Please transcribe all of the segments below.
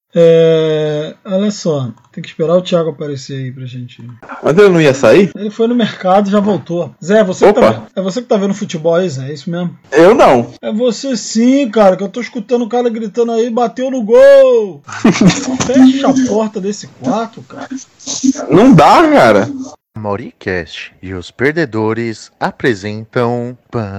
Olha só, tem que esperar o Thiago aparecer aí pra gente. Mas ele não ia sair? Ele foi no mercado e já voltou. Zé, você que tá vendo futebol aí, Zé? É isso mesmo? Eu não. É você sim, cara, que eu tô escutando o cara gritando aí, bateu no gol! Fecha a porta desse quarto, cara. Não dá, cara. Mauricast e os perdedores apresentam.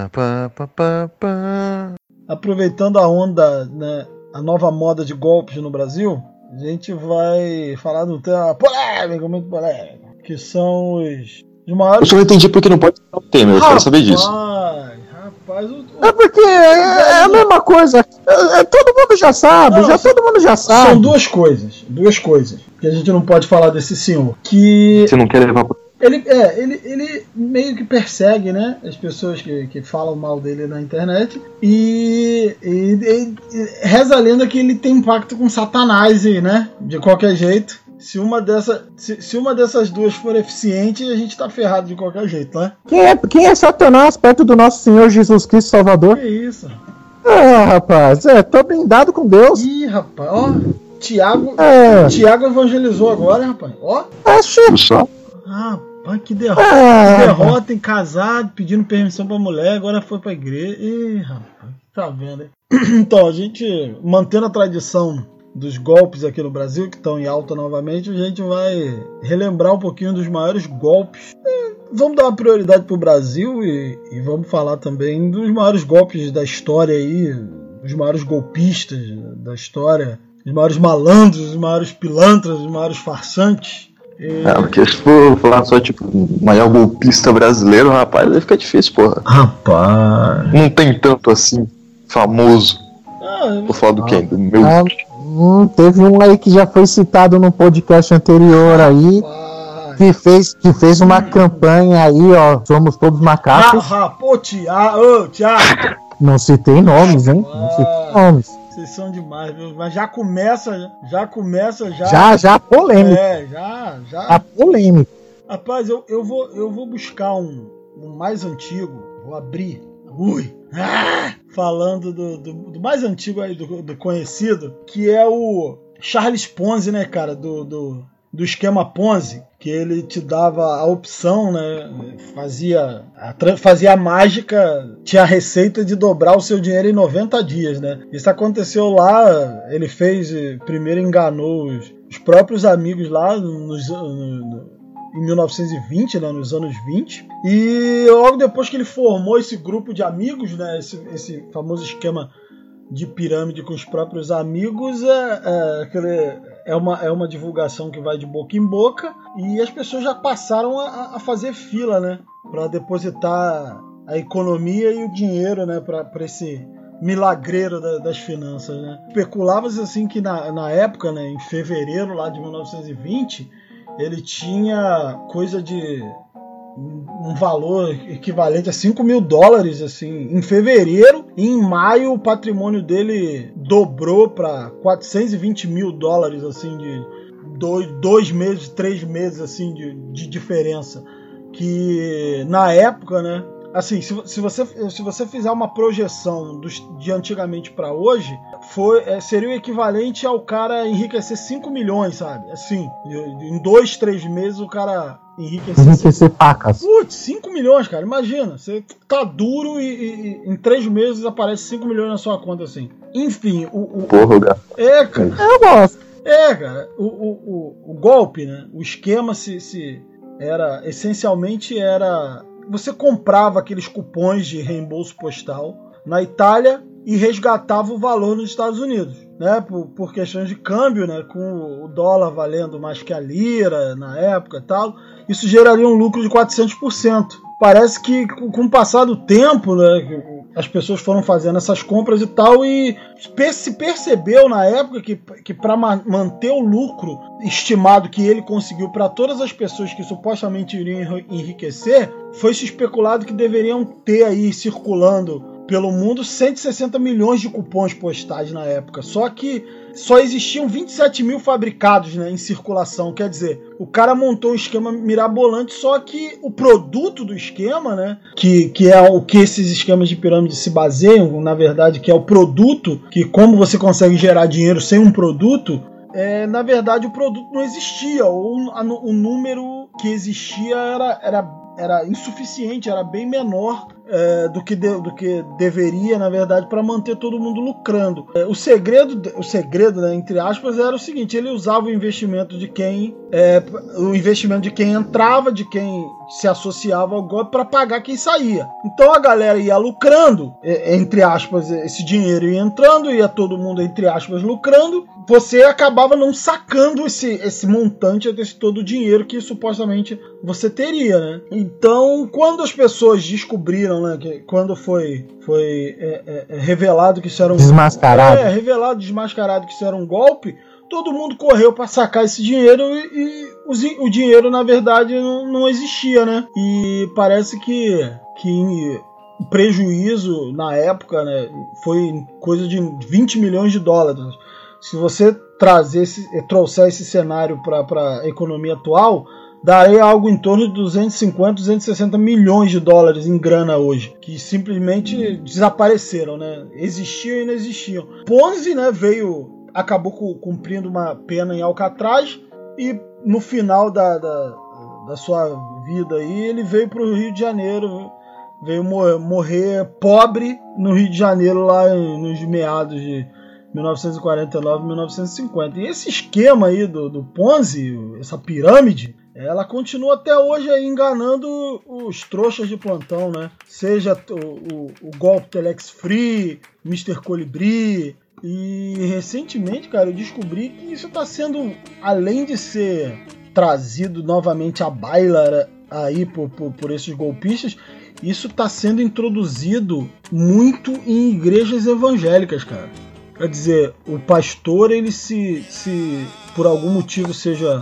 Aproveitando a onda, né, a nova moda de golpes no Brasil, a gente vai falar de um tema polêmico, muito polêmico, que são os maiores... Eu só não entendi porque não pode ser o tema, eu quero saber disso. Rapaz, É porque é a mesma coisa. Todo mundo já sabe, todo mundo já sabe. São duas coisas que a gente não pode falar desse senhor. Que você não quer levar pro... Ele meio que persegue, né, as pessoas que falam mal dele na internet e reza a lenda que ele tem um pacto com Satanás, né, de qualquer jeito. Se uma dessas duas for eficiente, a gente tá ferrado de qualquer jeito, né? Quem é Satanás perto do nosso Senhor Jesus Cristo Salvador? Que isso? Rapaz, tô blindado com Deus. Ih, rapaz, ó, Tiago evangelizou agora, rapaz, ó. Só? Rapaz, que derrota em casado, pedindo permissão pra mulher, agora foi pra igreja. Ih, rapaz, tá vendo, hein? Então, a gente, mantendo a tradição dos golpes aqui no Brasil, que estão em alta novamente, a gente vai relembrar um pouquinho dos maiores golpes. Vamos dar uma prioridade pro Brasil e vamos falar também dos maiores golpes da história aí, os maiores golpistas da os maiores malandros, os maiores pilantras, os maiores farsantes. Porque se for falar só, tipo, o maior golpista brasileiro, rapaz, aí fica difícil, porra. Rapaz. Não tem tanto assim, famoso. Vou falar do quem? Do meu. Teve um aí que já foi citado no podcast anterior aí, que fez uma campanha aí, ó, somos todos macacos. Thiago. Não citei nomes, hein? Não citei nomes. Vocês são demais, viu? Mas já começa. Já polêmico. Já polêmico. Rapaz, eu vou buscar um mais antigo. Vou abrir. Falando do mais antigo aí, do conhecido, que é o Charles Ponzi, né, cara? Do esquema Ponzi, que ele te dava a opção, né? Fazia a mágica, tinha a receita de dobrar o seu dinheiro em 90 dias, né? Isso aconteceu lá, ele primeiro enganou os próprios amigos lá em 1920, né, nos anos 20, e logo depois que ele formou esse grupo de amigos, né, esse famoso esquema de pirâmide com os próprios amigos, é uma divulgação que vai de boca em boca e as pessoas já passaram a fazer fila, né, para depositar a economia e o dinheiro, né, para esse milagreiro das finanças, né. Especulava-se assim que na época, né, em fevereiro lá de 1920, ele tinha coisa de um valor equivalente a $5 mil, assim, em fevereiro, e em maio o patrimônio dele dobrou para $420 mil, assim, de 2 meses, 3 meses, assim, de diferença. Que na época, né, assim, se você fizer uma projeção de antigamente para hoje, seria o equivalente ao cara enriquecer 5 milhões, sabe? Assim, em 2, 3 meses o cara enriquecer pacas. 5 milhões, cara, imagina, você tá duro e em 3 meses aparece 5 milhões na sua conta, assim. Enfim, Porra, cara. Cara. Eu gosto. Cara, o golpe, né? O esquema essencialmente era você comprava aqueles cupons de reembolso postal na Itália e resgatava o valor nos Estados Unidos, né? Por questões de câmbio, né? Com o dólar valendo mais que a lira na época e tal, isso geraria um lucro de 400%. Parece que com o passar do tempo, né, as pessoas foram fazendo essas compras e tal, e se percebeu na época que para manter o lucro estimado que ele conseguiu para todas as pessoas que supostamente iriam enriquecer, foi se especulado que deveriam ter aí circulando pelo mundo 160 milhões de cupons postais na época. Só que só existiam 27 mil fabricados, né, em circulação. Quer dizer, o cara montou um esquema mirabolante, só que o produto do esquema, né, que é o que esses esquemas de pirâmide se baseiam, na verdade, que é o produto, que como você consegue gerar dinheiro sem um produto, na verdade o produto não existia, ou o número que existia era insuficiente, era bem menor do que deveria, na verdade, para manter todo mundo lucrando. O segredo, né, entre aspas, era o seguinte: ele usava o investimento de quem entrava, de quem se associava ao golpe, para pagar quem saía. Então a galera ia lucrando, entre aspas, esse dinheiro ia entrando, ia todo mundo, entre aspas, lucrando. Você acabava não sacando esse montante, todo o dinheiro que supostamente você teria, né? Então, quando as pessoas descobriram, né, que quando foi revelado que isso era um desmascarado que isso era um golpe, todo mundo correu para sacar esse dinheiro e o dinheiro, na verdade, não existia, né? E parece que o prejuízo na época, né, foi coisa de 20 milhões de dólares. Se você trouxer esse cenário para a economia atual, daria algo em torno de 250, 260 milhões de dólares em grana hoje, que simplesmente desapareceram, né? Existiam e não existiam. Ponzi, né, acabou cumprindo uma pena em Alcatraz e no final da sua vida aí, ele veio para o Rio de Janeiro, veio morrer pobre no Rio de Janeiro lá nos meados de 1949, 1950. E esse esquema aí do Ponzi, essa pirâmide, ela continua até hoje aí enganando os trouxas de plantão, né? Seja o golpe Telex Free, Mr. Colibri. E recentemente, cara, eu descobri que isso está sendo, além de ser trazido novamente à baila aí por esses golpistas, isso está sendo introduzido muito em igrejas evangélicas, cara. Quer dizer, o pastor, ele se por algum motivo, seja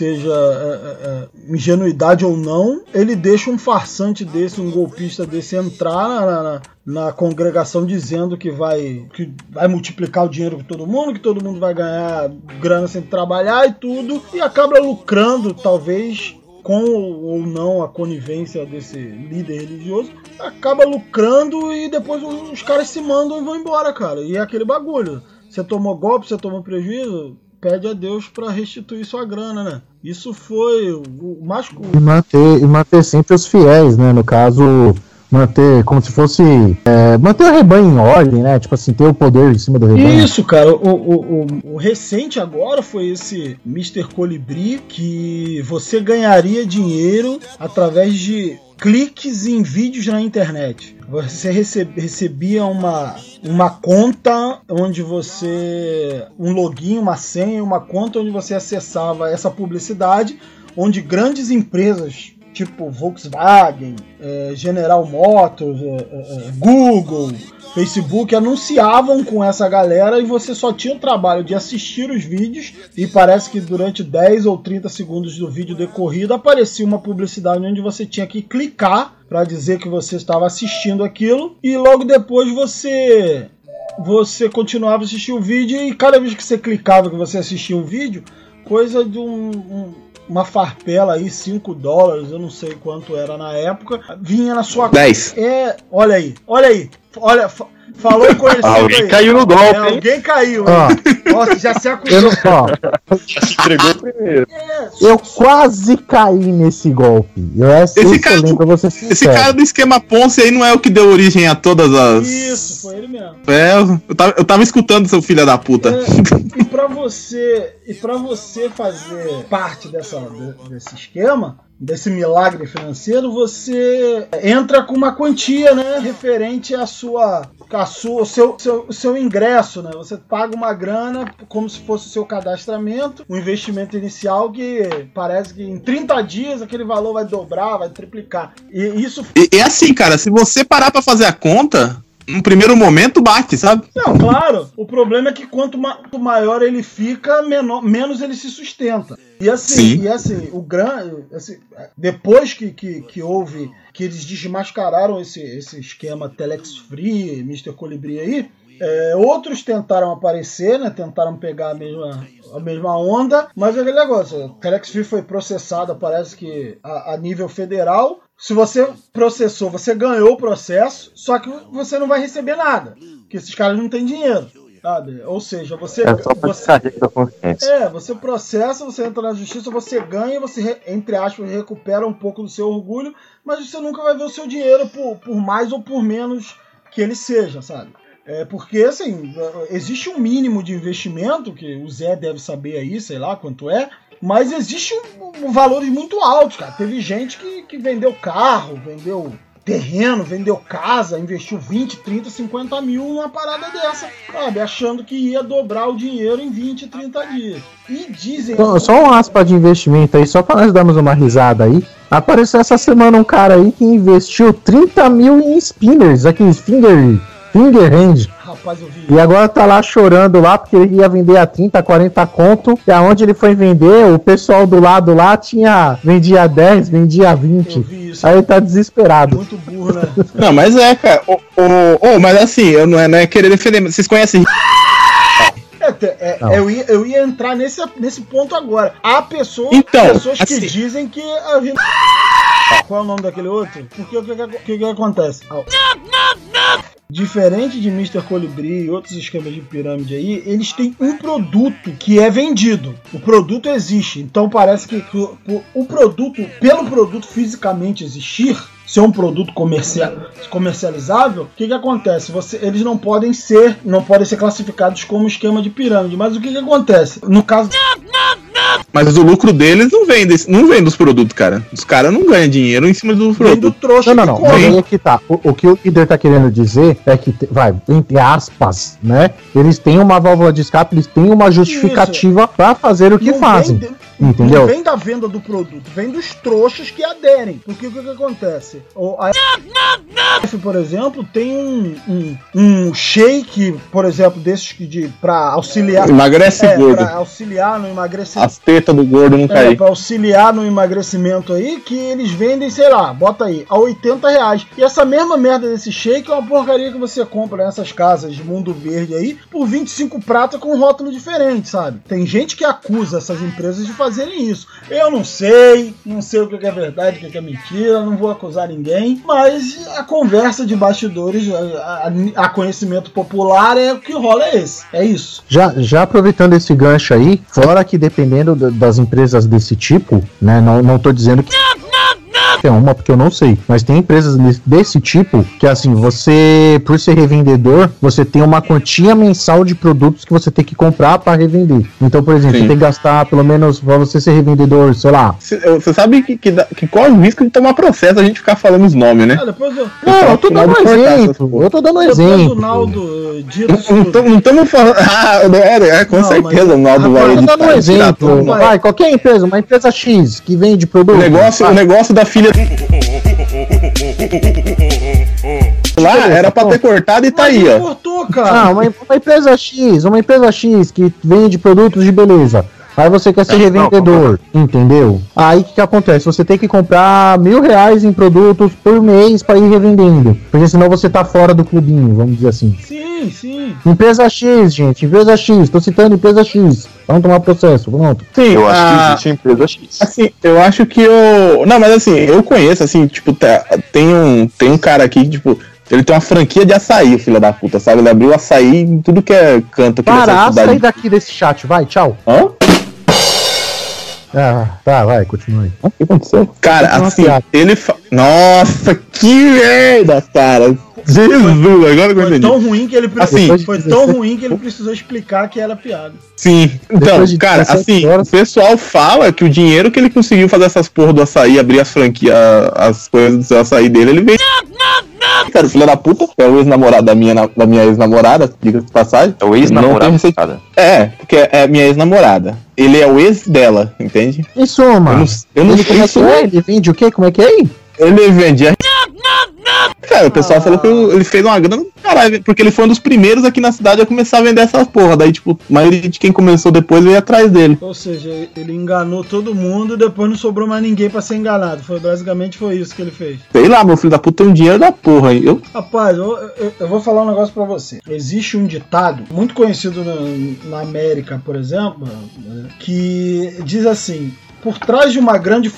ingenuidade ou não, ele deixa um farsante desse, um golpista desse entrar na congregação dizendo que vai multiplicar o dinheiro com todo mundo, que todo mundo vai ganhar grana sem trabalhar e tudo, e acaba lucrando, talvez, com ou não a conivência desse líder religioso, acaba lucrando e depois os caras se mandam e vão embora, cara. E é aquele bagulho. Você tomou golpe, você tomou prejuízo, pede a Deus para restituir sua grana, né? Isso foi o mais... E manter sempre os fiéis, né? No caso, manter como se fosse... manter o rebanho em ordem, né? Tipo assim, ter o poder em cima do rebanho. Isso, cara. O recente agora foi esse Mr. Colibri, que você ganharia dinheiro através de cliques em vídeos na internet. Você recebia uma conta onde você... um login, uma senha, uma conta onde você acessava essa publicidade, onde grandes empresas tipo Volkswagen, General Motors, Google, Facebook anunciavam com essa galera, e você só tinha o trabalho de assistir os vídeos, e parece que durante 10 ou 30 segundos do vídeo decorrido aparecia uma publicidade onde você tinha que clicar para dizer que você estava assistindo aquilo, e logo depois você continuava a assistir o vídeo, e cada vez que você clicava que você assistia um vídeo, coisa de uma farpela aí, $5, eu não sei quanto era na época, vinha na sua... 10. Olha aí. Falou conhecido aí. Alguém caiu no golpe, hein? Alguém caiu. Nossa, já se acusou. Já se entregou primeiro. Eu quase caí nesse golpe. Esse cara do esquema Ponzi aí não é o que deu origem a todas as... Isso, foi ele mesmo. Eu tava escutando, seu filho da puta. E pra você fazer parte desse esquema, desse milagre financeiro, você entra com uma quantia, né, referente ao seu ingresso, né? Você paga uma grana como se fosse o seu cadastramento, um investimento inicial que parece que em 30 dias aquele valor vai dobrar, vai triplicar. E isso... E assim, cara, se você parar pra fazer a conta, no primeiro momento bate, sabe? Não, claro. O problema é que quanto maior ele fica, menos ele se sustenta. E assim, depois que houve, que eles desmascararam esse esquema Telex Free, Mr. Colibri aí, outros tentaram aparecer, né? Tentaram pegar a mesma onda, mas é aquele negócio. Telex Free foi processado, parece que a nível federal. Se você processou, você ganhou o processo, só que você não vai receber nada, porque esses caras não têm dinheiro. sabe? Ou seja, você... É só pra descarregar da consciência. você processa, você entra na justiça, você ganha, você, entre aspas, recupera um pouco do seu orgulho, mas você nunca vai ver o seu dinheiro por mais ou por menos que ele seja, sabe? Porque, assim, existe um mínimo de investimento, que o Zé deve saber aí, sei lá quanto é, mas existe valores muito altos, cara. Teve gente que vendeu carro, vendeu terreno, vendeu casa, investiu 20, 30, 50 mil numa parada dessa, sabe? Achando que ia dobrar o dinheiro em 20, 30 dias. E dizem... Então, só um aspa de investimento aí, só pra nós darmos uma risada aí. Apareceu essa semana um cara aí que investiu 30 mil em spinners, aqueles finger hand. Rapaz, eu vi. E agora tá lá chorando lá, porque ele ia vender a 30, 40 conto. E aonde ele foi vender, o pessoal do lado lá vendia 10, vendia 20. Eu vi isso. Aí ele tá desesperado. Muito burro, né? Não, mas cara. Mas assim, eu não é querer defender. Vocês conhecem? Eu ia entrar nesse ponto agora. Há pessoas que assim, dizem que... Qual é o nome daquele outro? Porque o que acontece? Diferente de Mr. Colibri e outros esquemas de pirâmide aí, eles têm um produto que é vendido. O produto existe. Então parece que o produto, pelo produto fisicamente existir, ser um produto comercializável, o que acontece? Eles não podem ser classificados como esquema de pirâmide. Mas o que acontece? No caso... Mas o lucro deles não vem dos produtos, cara. Os caras não ganham dinheiro em cima do produto. Vem do trouxa. Não. Mas aí é que tá. O que o líder tá querendo dizer é que, entre aspas, né? Eles têm uma válvula de escape, eles têm uma justificativa pra fazer o que fazem. Entendeu? Não vem da venda do produto, vem dos trouxas que aderem. Porque o que acontece? A F, por exemplo, tem um shake, por exemplo, desses pra auxiliar. Emagrece gordo. Pra auxiliar no emagrecimento. As tetas do gordo não caem. Pra auxiliar no emagrecimento aí, que eles vendem, sei lá, bota aí, a R$80. E essa mesma merda desse shake é uma porcaria que você compra nessas casas de mundo verde aí, por 25 prata com um rótulo diferente, sabe? Tem gente que acusa essas empresas de fazerem isso. Eu não sei o que é verdade, o que é mentira, não vou acusar ninguém, mas a conversa de bastidores, a conhecimento popular é o que rola, é isso. Já aproveitando esse gancho aí, fora que dependendo das empresas desse tipo, né, não tô dizendo que é uma, porque eu não sei, mas tem empresas desse tipo que, assim, você, por ser revendedor, você tem uma quantia mensal de produtos que você tem que comprar para revender. Então, por exemplo, você tem que gastar, pelo menos, pra você ser revendedor, sei lá. Você sabe que corre o risco de tomar processo a gente ficar falando os nomes, né? Eu tô dando um exemplo. Eu tô dando um exemplo. O Naldo não estamos falando. Com certeza o Naldo vai editar. Eu tô dando um exemplo. Vai, qualquer empresa, uma empresa X que vende produto. O negócio da filha. Lá era pra ter cortado e tá aí, ó. Cortou, cara. Uma empresa X que vende produtos de beleza. Aí você quer ser revendedor, entendeu? Aí o que acontece? Você tem que comprar R$1.000 em produtos por mês para ir revendendo. Porque senão você tá fora do clubinho, vamos dizer assim. Sim. Empresa X, gente. Empresa X. Tô citando empresa X. Vamos tomar processo, pronto. Sim, eu acho que existe empresa X. Assim, eu acho que Não, mas assim, eu conheço, assim, tipo, tem um cara aqui que, tipo, ele tem uma franquia de açaí, filho da puta, sabe? Ele abriu açaí em tudo que é canto aqui nessa cidade. Sai daqui desse chat, vai, tchau. Hã? Tá, vai, continua aí. O que aconteceu? Cara, assim, Nossa, que merda, cara. Jesus, agora que eu entendi. Foi tão ruim que ele precisou explicar que era piada. Sim, então, cara, assim, o pessoal fala que o dinheiro que ele conseguiu fazer essas porra do açaí, abrir as franquias, as coisas do açaí dele, ele veio. Cara, filho da puta, é o ex-namorado da minha ex-namorada, diga de passagem. É o ex-namorado? Porque é minha ex-namorada. Ele é o ex dela, entende? Isso, mano. Eu não sei isso. Ele vende o quê? Como é que é aí? Ele vendia. Cara, o pessoal falou que ele fez uma grana do caralho, porque ele foi um dos primeiros aqui na cidade a começar a vender essas porra. Daí, tipo, a maioria de quem começou depois veio atrás dele. Ou seja, ele enganou todo mundo e depois não sobrou mais ninguém pra ser enganado. Basicamente foi isso que ele fez. Sei lá, meu filho da puta tem um dinheiro da porra aí. Rapaz, eu vou falar um negócio pra você. Existe um ditado muito conhecido na América, por exemplo, que diz assim: por trás de uma grande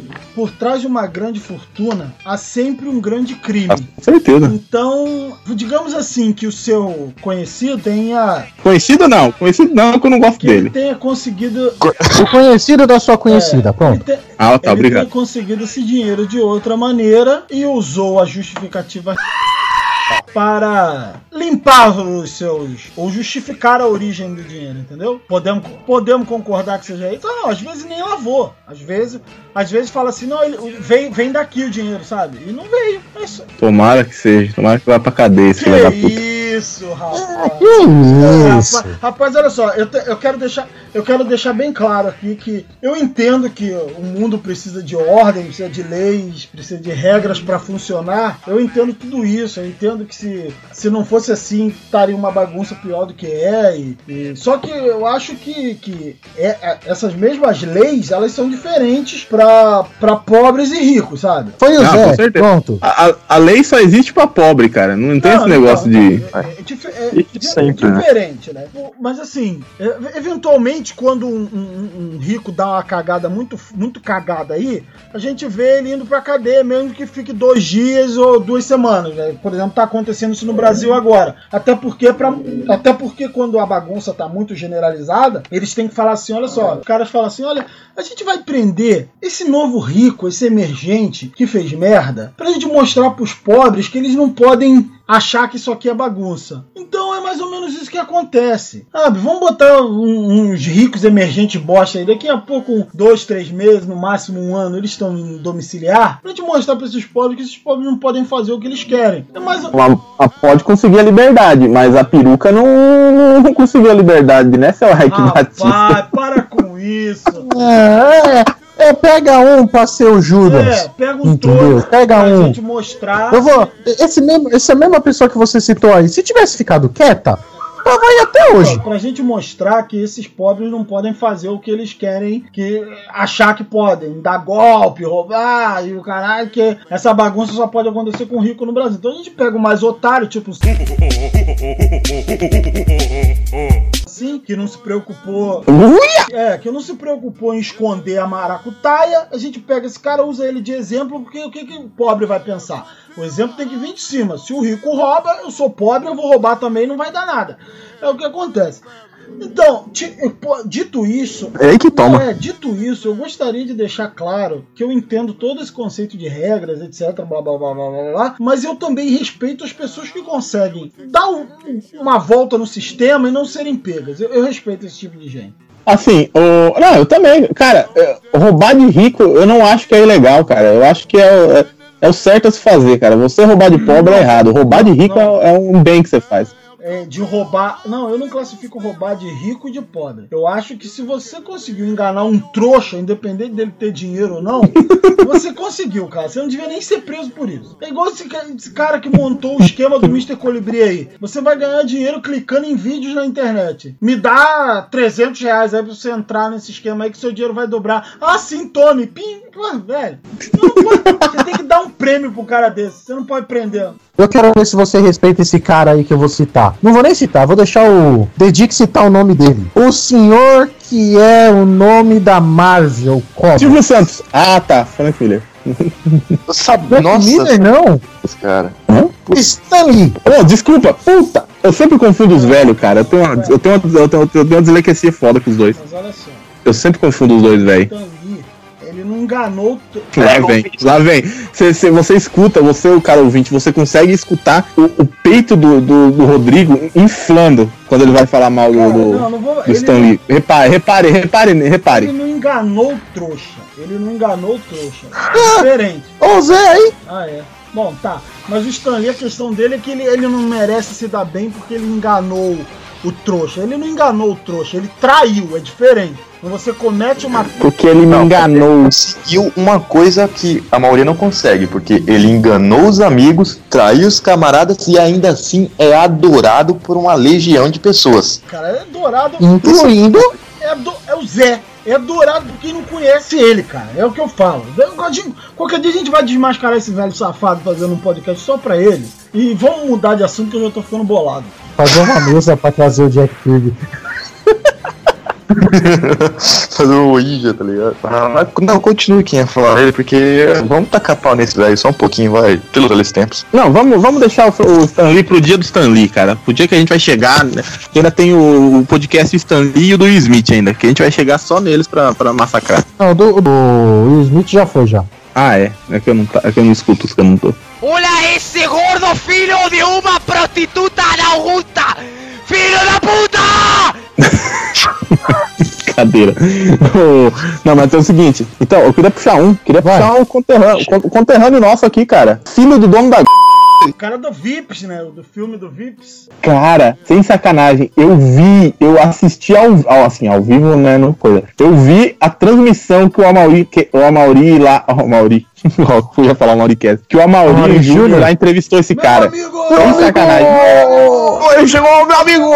fortuna há sempre um grande crime. Com certeza. Então, digamos assim, que o seu conhecido tenha... Conhecido não, que eu não gosto que dele. ele tenha conseguido... O conhecido da sua conhecida, pronto. Ele Obrigado. tenha conseguido esse dinheiro de outra maneira e usou a justificativa para limpar os seus, ou justificar a origem do dinheiro, entendeu? Podemos concordar que seja isso? Não, às vezes nem lavou. Às vezes fala assim, não, ele vem daqui o dinheiro, sabe? E não veio. É isso. Tomara que seja, tomara que vá pra cadeia esse filho da puta. Isso, rapaz. Isso. Rapaz, olha só, eu quero deixar bem claro aqui que eu entendo que o mundo precisa de ordem, precisa de leis, precisa de regras para funcionar. Eu entendo tudo isso, eu entendo que se não fosse assim, estaria uma bagunça pior do que é. Só que eu acho que essas mesmas leis, elas são diferentes para pobres e ricos, sabe? Foi o Zé, com certeza. pronto. A lei só existe pra pobre, cara. Não tem esse negócio de... diferente, né? Mas assim, eventualmente, quando um rico dá uma cagada muito, muito cagada aí, a gente vê ele indo pra cadeia, mesmo que fique 2 dias ou 2 semanas, né? Por exemplo, tá acontecendo isso no Brasil agora. Até porque quando a bagunça tá muito generalizada, eles têm que falar assim, olha só, os caras falam assim, olha, a gente vai prender esse novo rico, esse emergente que fez merda, pra gente mostrar pros pobres que eles não podem achar que isso aqui é bagunça. Então é mais ou menos isso que acontece. Sabe, vamos botar uns ricos emergentes bosta aí, daqui a pouco 2, 3 meses, no máximo 1 ano, eles estão em domiciliar, pra gente mostrar pra esses pobres que esses pobres não podem fazer o que eles querem. Pode conseguir a liberdade, mas a peruca não conseguiu a liberdade, né, seu Raik Batista? Pai, para com isso. Pega um pra ser o Judas. Pega um entendeu? Pega pra um. gente mostrar. Essa mesma pessoa que você citou aí, se tivesse ficado quieta, vai até hoje. Pra gente mostrar que esses pobres não podem fazer o que eles querem, achar que podem, dar golpe, roubar e o caralho, que essa bagunça só pode acontecer com rico no Brasil. Então a gente pega o mais otário, tipo assim, que não se preocupou em esconder a maracutaia. A gente pega esse cara, usa ele de exemplo, porque o que o pobre vai pensar? O exemplo tem que vir de cima. Se o rico rouba, eu sou pobre, eu vou roubar também, não vai dar nada. É o que acontece. Então, dito isso... É aí que toma. Dito isso, eu gostaria de deixar claro que eu entendo todo esse conceito de regras, etc, blá, blá, blá, blá, blá, blá, mas eu também respeito as pessoas que conseguem dar uma volta no sistema e não serem pegas. Eu respeito esse tipo de gente. Assim, não, eu também. Cara, roubar de rico, eu não acho que é ilegal, cara. Eu acho que é o certo a se fazer, cara. Você roubar de pobre é errado. Roubar de rico é um bem que você faz. De roubar... Não, eu não classifico roubar de rico e de pobre. Eu acho que se você conseguiu enganar um trouxa, independente dele ter dinheiro ou não, você conseguiu, cara. Você não devia nem ser preso por isso. É igual esse cara que montou o esquema do Mr. Colibri aí. Você vai ganhar dinheiro clicando em vídeos na internet. Me dá R$300 aí pra você entrar nesse esquema aí que seu dinheiro vai dobrar. Ah, sim, tome. Pim. Mano, velho. Você tem que dar um prêmio pro cara desse. Você não pode prender. Eu quero ver se você respeita esse cara aí que eu vou citar. Não vou nem citar, vou deixar o... Dedique citar o nome dele. O senhor que é o nome da Marvel. Silvio Santos. Ah, tá. Frank Miller. Nossa. Miller, não. Esse cara. Stan Lee. Desculpa. Puta. Eu sempre confundo os velhos, cara. Eu tenho uma dislexia foda com os dois. Mas olha só. Eu sempre confundo os dois, velho. Ele não enganou... Lá vem. Você escuta, o cara ouvinte, você consegue escutar o peito do Rodrigo inflando quando ele vai falar mal do Stan Lee. Repare. Ele não enganou o trouxa. É diferente. Ô Zé aí. Ah, é. Bom, tá. Mas o Stan Lee, a questão dele é que ele não merece se dar bem porque ele enganou o trouxa. Ele não enganou o trouxa, ele traiu, é diferente. Quando você comete uma... Porque ele me enganou. Ele conseguiu uma coisa que a maioria não consegue, porque ele enganou os amigos, traiu os camaradas e ainda assim é adorado por uma legião de pessoas. Cara, é adorado... Incluindo... É o Zé. É adorado por quem não conhece ele, cara. É o que eu falo. Qualquer dia a gente vai desmascarar esse velho safado fazendo um podcast só pra ele. E vamos mudar de assunto que eu já tô ficando bolado. Fazer uma mesa pra trazer o Jack Kirby. Fazer o Ouija, tá ligado? Não, continue quem ia falar ele, porque vamos tacar pau nesse velho só um pouquinho, vai, pelos aqueles tempos. Não, vamos deixar o Stan Lee pro dia do Stan Lee, cara. Pro dia que a gente vai chegar, né? Ainda tem o podcast Stan Lee e o do Will Smith ainda, que a gente vai chegar só neles pra massacrar. Não, do Will Smith já foi, já. Ah, é? É que eu não escuto os que eu não tô. Olha esse gordo filho de uma prostituta na Augusta! Filho da puta! Cadeira. Não, mas é o seguinte. Então, eu queria puxar um conterrâneo nosso aqui, cara. Filho do dono da... O cara do Vips, né? Do filme do Vips. Cara, sem sacanagem, eu assisti ao vivo, né, não coisa. Eu vi a transmissão que o Amaury lá, eu ia falar o Mauricast, que o Amaury Júnior lá entrevistou esse meu cara. Amigo! Sem sacanagem. Oi, chegou meu amigo!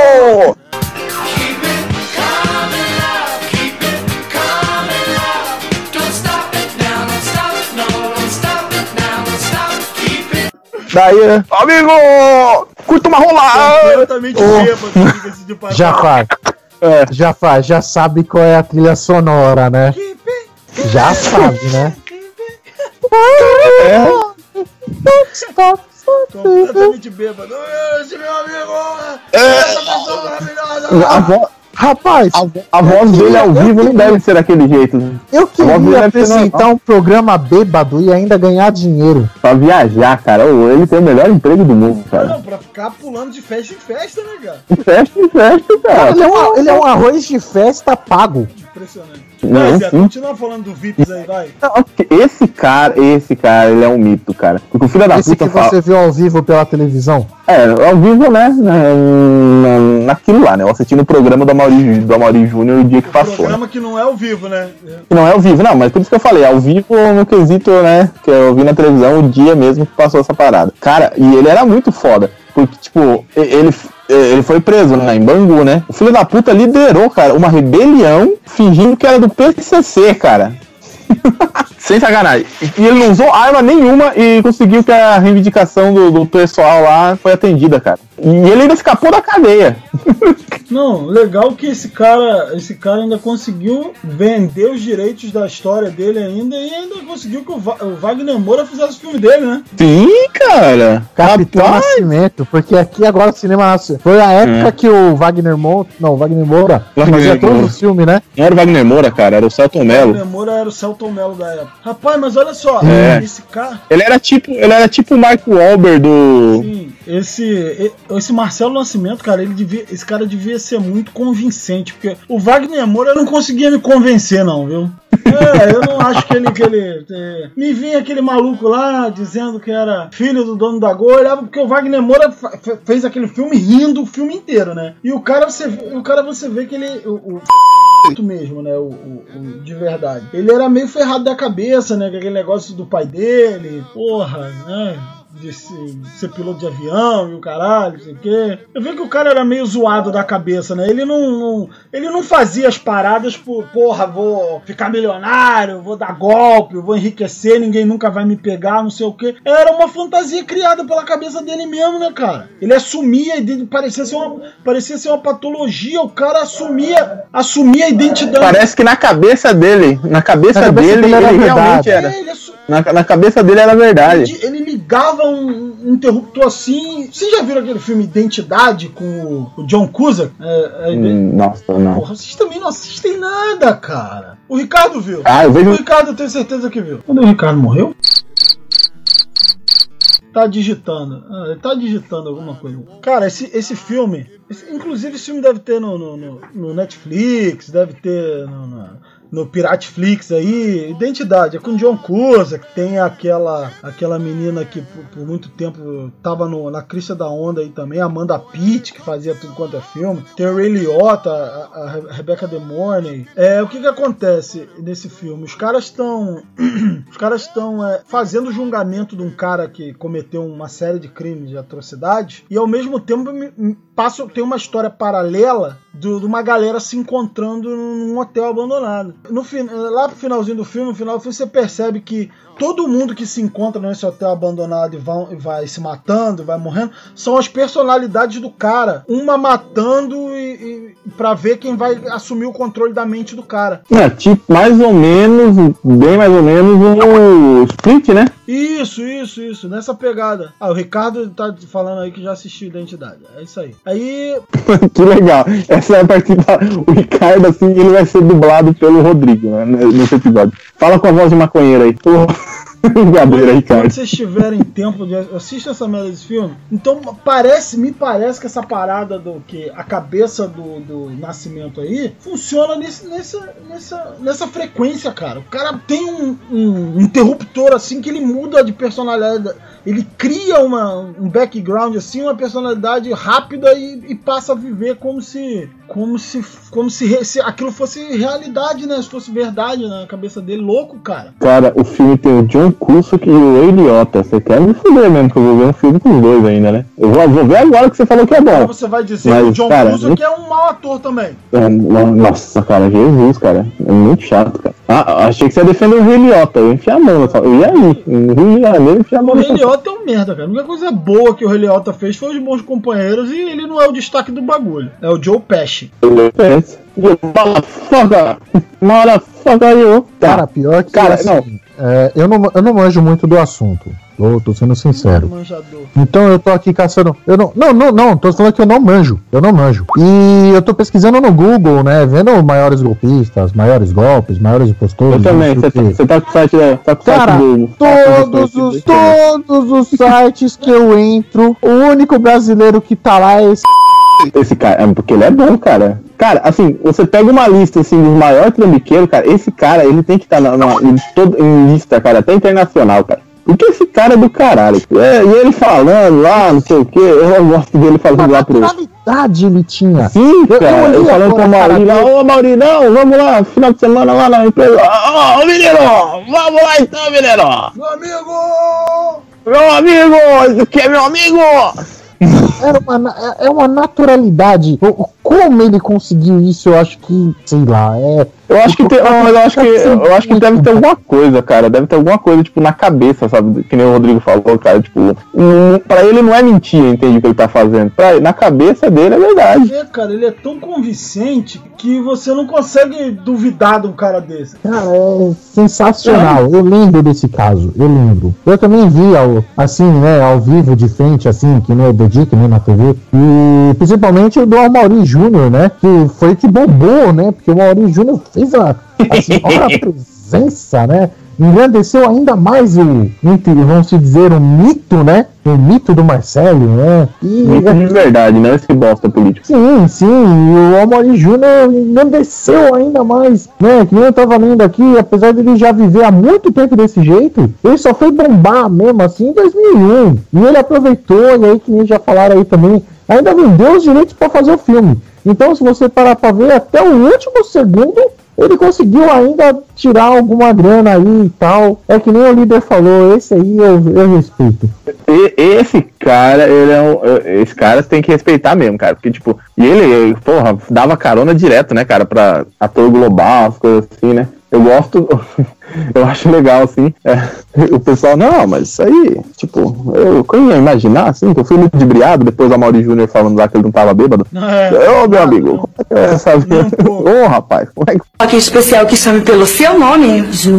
Daí, amigo, curta uma rolada. Completamente bêbado, já sabe qual é a trilha sonora, né? Já sabe, né? Completamente bêbado. Esse meu amigo! Essa pessoa maravilhosa! Rapaz, a voz dele ao vivo não deve ser daquele jeito. Eu queria apresentar um programa bêbado e ainda ganhar dinheiro. Pra viajar, cara. Ele tem o melhor emprego do mundo, cara. Não, pra ficar pulando de festa em festa, né, cara? De festa em festa, cara. Ele é um arroz de festa pago. Impressionante. Não, Zé, continua falando do Vips aí, vai. Esse cara, ele é um mito, cara. Porque o filho da puta que você viu ao vivo pela televisão? Ao vivo, né? Naquilo lá, né? Eu assisti no programa do Amaury Júnior o dia que passou. Programa que não é ao vivo, né? Que não é ao vivo, não, mas por isso que eu falei, ao vivo no quesito, né? Que eu vi na televisão o dia mesmo que passou essa parada. Cara, e ele era muito foda. Porque, tipo, ele foi preso, né, em Bangu, né? O filho da puta liderou, cara, uma rebelião fingindo que era do PCC, cara. Sem sacanagem. E ele não usou arma nenhuma e conseguiu que a reivindicação do pessoal lá foi atendida, cara. E ele ainda escapou da cadeia. Não, legal que esse cara ainda conseguiu vender os direitos da história dele ainda e ainda conseguiu que o Wagner Moura fizesse o filme dele, né? Sim, cara. Capitão Nascimento, porque aqui agora o cinema nasceu. Foi a época que o Wagner Moura fazia todos os filmes, né? Não era o Wagner Moura, cara, era o Celton Mello. O Wagner Moura era o Celton Mello da época. Rapaz, mas olha só, esse cara... Ele era tipo o Mark Wahlberg do... Sim, esse Marcelo Nascimento, cara, esse cara devia ser muito convincente, porque o Wagner Moura não conseguia me convencer, não, viu? Eu não acho que ele me vinha aquele maluco lá dizendo que era filho do dono da Gol, porque o Wagner Moura fez aquele filme rindo o filme inteiro, né? E o cara você vê que ele mesmo, né? De verdade. Ele era meio ferrado da cabeça, né? Aquele negócio do pai dele, porra, né? De ser piloto de avião e o caralho, não sei o quê. Eu vi que o cara era meio zoado da cabeça, né? Ele não fazia as paradas por, porra, vou ficar milionário, vou dar golpe, vou enriquecer, ninguém nunca vai me pegar, não sei o quê. Era uma fantasia criada pela cabeça dele mesmo, né, cara? Ele assumia, parecia ser uma patologia, o cara assumia a identidade. Parece que na cabeça dele ele realmente era. Na cabeça dele era verdade. Ele ligava um interruptor assim. Vocês já viram aquele filme Identidade com o John Cusack? Nossa, não. Porra, vocês também não assistem nada, cara. O Ricardo viu. Eu vejo. O Ricardo, eu tenho certeza que viu. Quando o Ricardo morreu? Tá digitando. Ele tá digitando alguma coisa. Cara, esse filme. Inclusive, esse filme deve ter no Netflix, deve ter no Pirateflix aí. Identidade, é com John Cusack, que tem aquela menina que por muito tempo tava na crista da onda aí também, Amanda Pitt, que fazia tudo quanto é filme. Tem o Ray Liotta, a Rebecca De Mornay. O que acontece nesse filme? Os caras estão fazendo o julgamento de um cara que cometeu uma série de crimes de atrocidade e ao mesmo tempo tem uma história paralela de uma galera se encontrando num hotel abandonado. Lá pro finalzinho do filme, no final do filme, você percebe que todo mundo que se encontra nesse hotel abandonado e vai se matando, vai morrendo, são as personalidades do cara. Uma matando e pra ver quem vai assumir o controle da mente do cara. Tipo, mais ou menos, bem mais ou menos, o Split, né? Isso, nessa pegada. O Ricardo tá falando aí que já assistiu Identidade. É isso aí. Aí... Que legal. Essa é a parte o Ricardo, assim, ele vai ser dublado pelo Rodrigo, né, nesse episódio. Fala com a voz de maconheiro aí. Quando vocês tiverem tempo de assistir essa merda desse filme, então me parece que essa parada do que a cabeça do Nascimento aí funciona nessa frequência, cara. O cara tem um interruptor assim que ele muda de personalidade, ele cria um background assim, uma personalidade rápida e passa a viver como se aquilo fosse realidade, né? Se fosse verdade na cabeça dele, louco, cara. Cara, o filme tem o John Cusack e o Ray Liotta. Você quer me fuder mesmo, que eu vou ver um filme com os dois ainda, né? Eu vou ver agora que você falou que é bom. Você vai dizer que o John Cusack é um mau ator também. Nossa, cara, Jesus, cara. É muito chato, cara. Achei que você ia defender o Ray Liotta. Eu ia enfiar a mão, eu ia ali. No Rio de Janeiro, enfiar a mão. O Ray Liotta é um merda, cara. A única coisa boa que o Ray Liotta fez foi Os Bons Companheiros e ele não é o destaque do bagulho. É o Joe Pesci. Motherfucker, you. Cara, pior que cara, assim, eu não manjo muito do assunto. Tô sendo sincero. Então eu tô aqui caçando. Não, tô falando que eu não manjo. E eu tô pesquisando no Google, né? Vendo maiores golpistas, maiores golpes, maiores impostores. Eu também, você tá com o site, cara, todos os sites que eu entro, o único brasileiro que tá lá é esse cara, porque ele é bom, cara. Cara, assim, você pega uma lista, assim, dos maiores trambiqueiros, cara, esse cara, ele tem que estar em lista, cara, até internacional, cara. Porque esse cara é do caralho. E ele falando lá, não sei o que, eu gosto dele falando lá pro... qualidade ele tinha. Sim, cara, ele falando com o Mauri lá, ô Mauri, não, vamos lá, final de semana lá na empresa. Ô, menino, vamos lá então, menino. Meu amigo, esse aqui é meu amigo. É uma naturalidade. Como ele conseguiu isso, eu acho que, sei lá, Eu acho que deve ter alguma coisa, cara. Deve ter alguma coisa, tipo, na cabeça, sabe? Que nem o Rodrigo falou, cara. Tipo, pra ele não é mentira, entende o que ele tá fazendo. Na cabeça dele é verdade. Cara, ele é tão convincente que você não consegue duvidar de um cara desse. Cara, é sensacional. Eu lembro desse caso, Eu também vi, assim, né, ao vivo, de frente, assim, que nem o Dedic, né, na TV. E principalmente o do Amaury Júnior, né? Que foi que bombou, né? Porque o Amaury Júnior fez a senhora presença, né? Engrandeceu ainda mais vamos dizer, o mito, né? O mito do Marcelo, né? Mito de verdade, não esse bosta político. Sim, o Amaury Júnior engrandeceu ainda mais, né? Que nem eu tava lendo aqui, apesar de ele já viver há muito tempo desse jeito, ele só foi bombar mesmo assim em 2001. E ele aproveitou, e aí que nem já falaram aí também, ainda vendeu os direitos para fazer o filme. Então, se você parar para ver, até o último segundo, ele conseguiu ainda tirar alguma grana aí e tal. É que nem o líder falou, esse aí eu respeito. Esse cara, esse cara tem que respeitar mesmo, cara. Porque, tipo, e ele, porra, dava carona direto, né, cara, pra ator global, as coisas assim, né? Eu gosto, eu acho legal, assim, o pessoal, não, mas isso aí, tipo, eu ia imaginar, assim, que eu fui muito ludibriado, depois o Amaury Júnior falando lá que ele não tava bêbado. Ô, meu amigo, como é que é essa vida? Ô, rapaz, como é que... Aqui especial que chame pelo seu nome. João,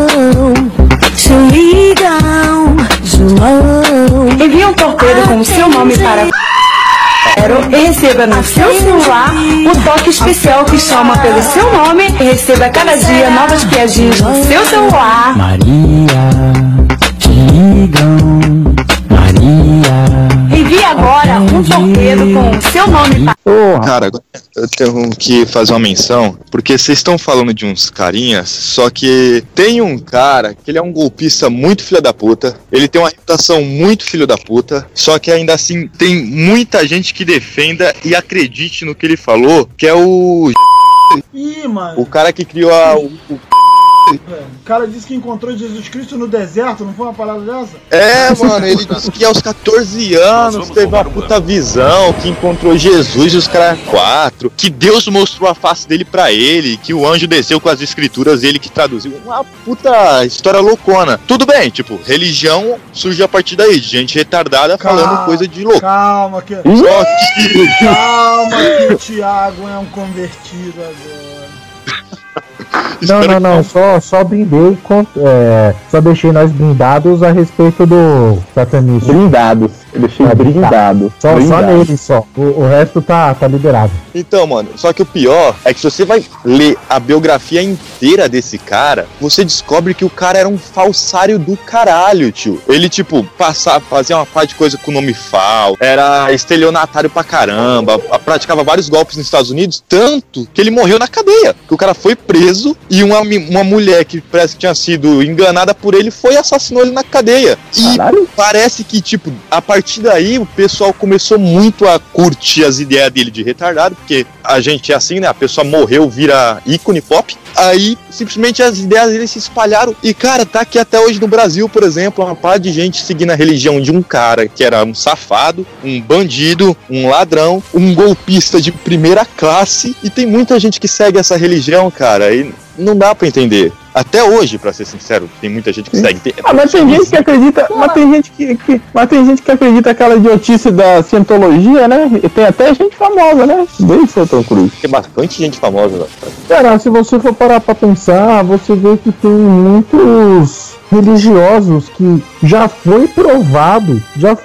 João. Envie um torpedo com o seu nome para... E receba no seu celular o toque especial que chama pelo seu nome e receba cada dia novas piadinhas no seu celular. Maria, te ligam, Maria. Envie agora um torpedo com o seu nome. Cara, eu tenho que fazer uma menção, porque vocês estão falando de uns carinhas, só que tem um cara que ele é um golpista muito filho da puta, ele tem uma reputação muito filho da puta, só que ainda assim tem muita gente que defenda e acredite no que ele falou, que é o... Ih, mano. O cara que criou O cara disse que encontrou Jesus Cristo no deserto, não foi uma parada dessa? Mano, ele disse que aos 14 anos teve uma puta visão, que encontrou Jesus e os caras 4, que Deus mostrou a face dele pra ele, que o anjo desceu com as escrituras, ele que traduziu. Uma puta história loucona. Tudo bem, tipo, religião surge a partir daí, de gente retardada falando coisa de louco. Calma que o Thiago é um convertido agora. Não, só brindei, só deixei nós blindados a respeito do satanismo. Blindados, eu deixei blindado. Só nele, só. O resto tá liberado. Então, mano, só que o pior é que se você vai ler a biografia inteira desse cara, você descobre que o cara era um falsário do caralho, tio. Ele, tipo, fazia uma parte de coisa com o nome fal, era estelionatário pra caramba, praticava vários golpes nos Estados Unidos, tanto que ele morreu na cadeia. Que o cara foi preso e uma mulher que parece que tinha sido enganada por ele assassinou ele na cadeia. E parece que, tipo, a partir daí o pessoal começou muito a curtir as ideias dele de retardado, porque a gente é assim, né? A pessoa morreu, vira ícone pop. Aí, simplesmente, as ideias dele se espalharam. E, cara, tá aqui até hoje no Brasil, por exemplo, uma par de gente seguindo a religião de um cara que era um safado, um bandido, um ladrão, um golpista de primeira classe. E tem muita gente que segue essa religião, cara, e não dá pra entender. Até hoje, pra ser sincero, tem muita gente que segue. Mas tem gente que acredita. Mas tem gente que acredita aquela idiotice da cientologia, né? E tem até gente famosa, né? Desde o Tom Cruise. Tem bastante gente famosa, velho. Cara, se você for parar pra pensar, você vê que tem muitos religiosos que já foi provado,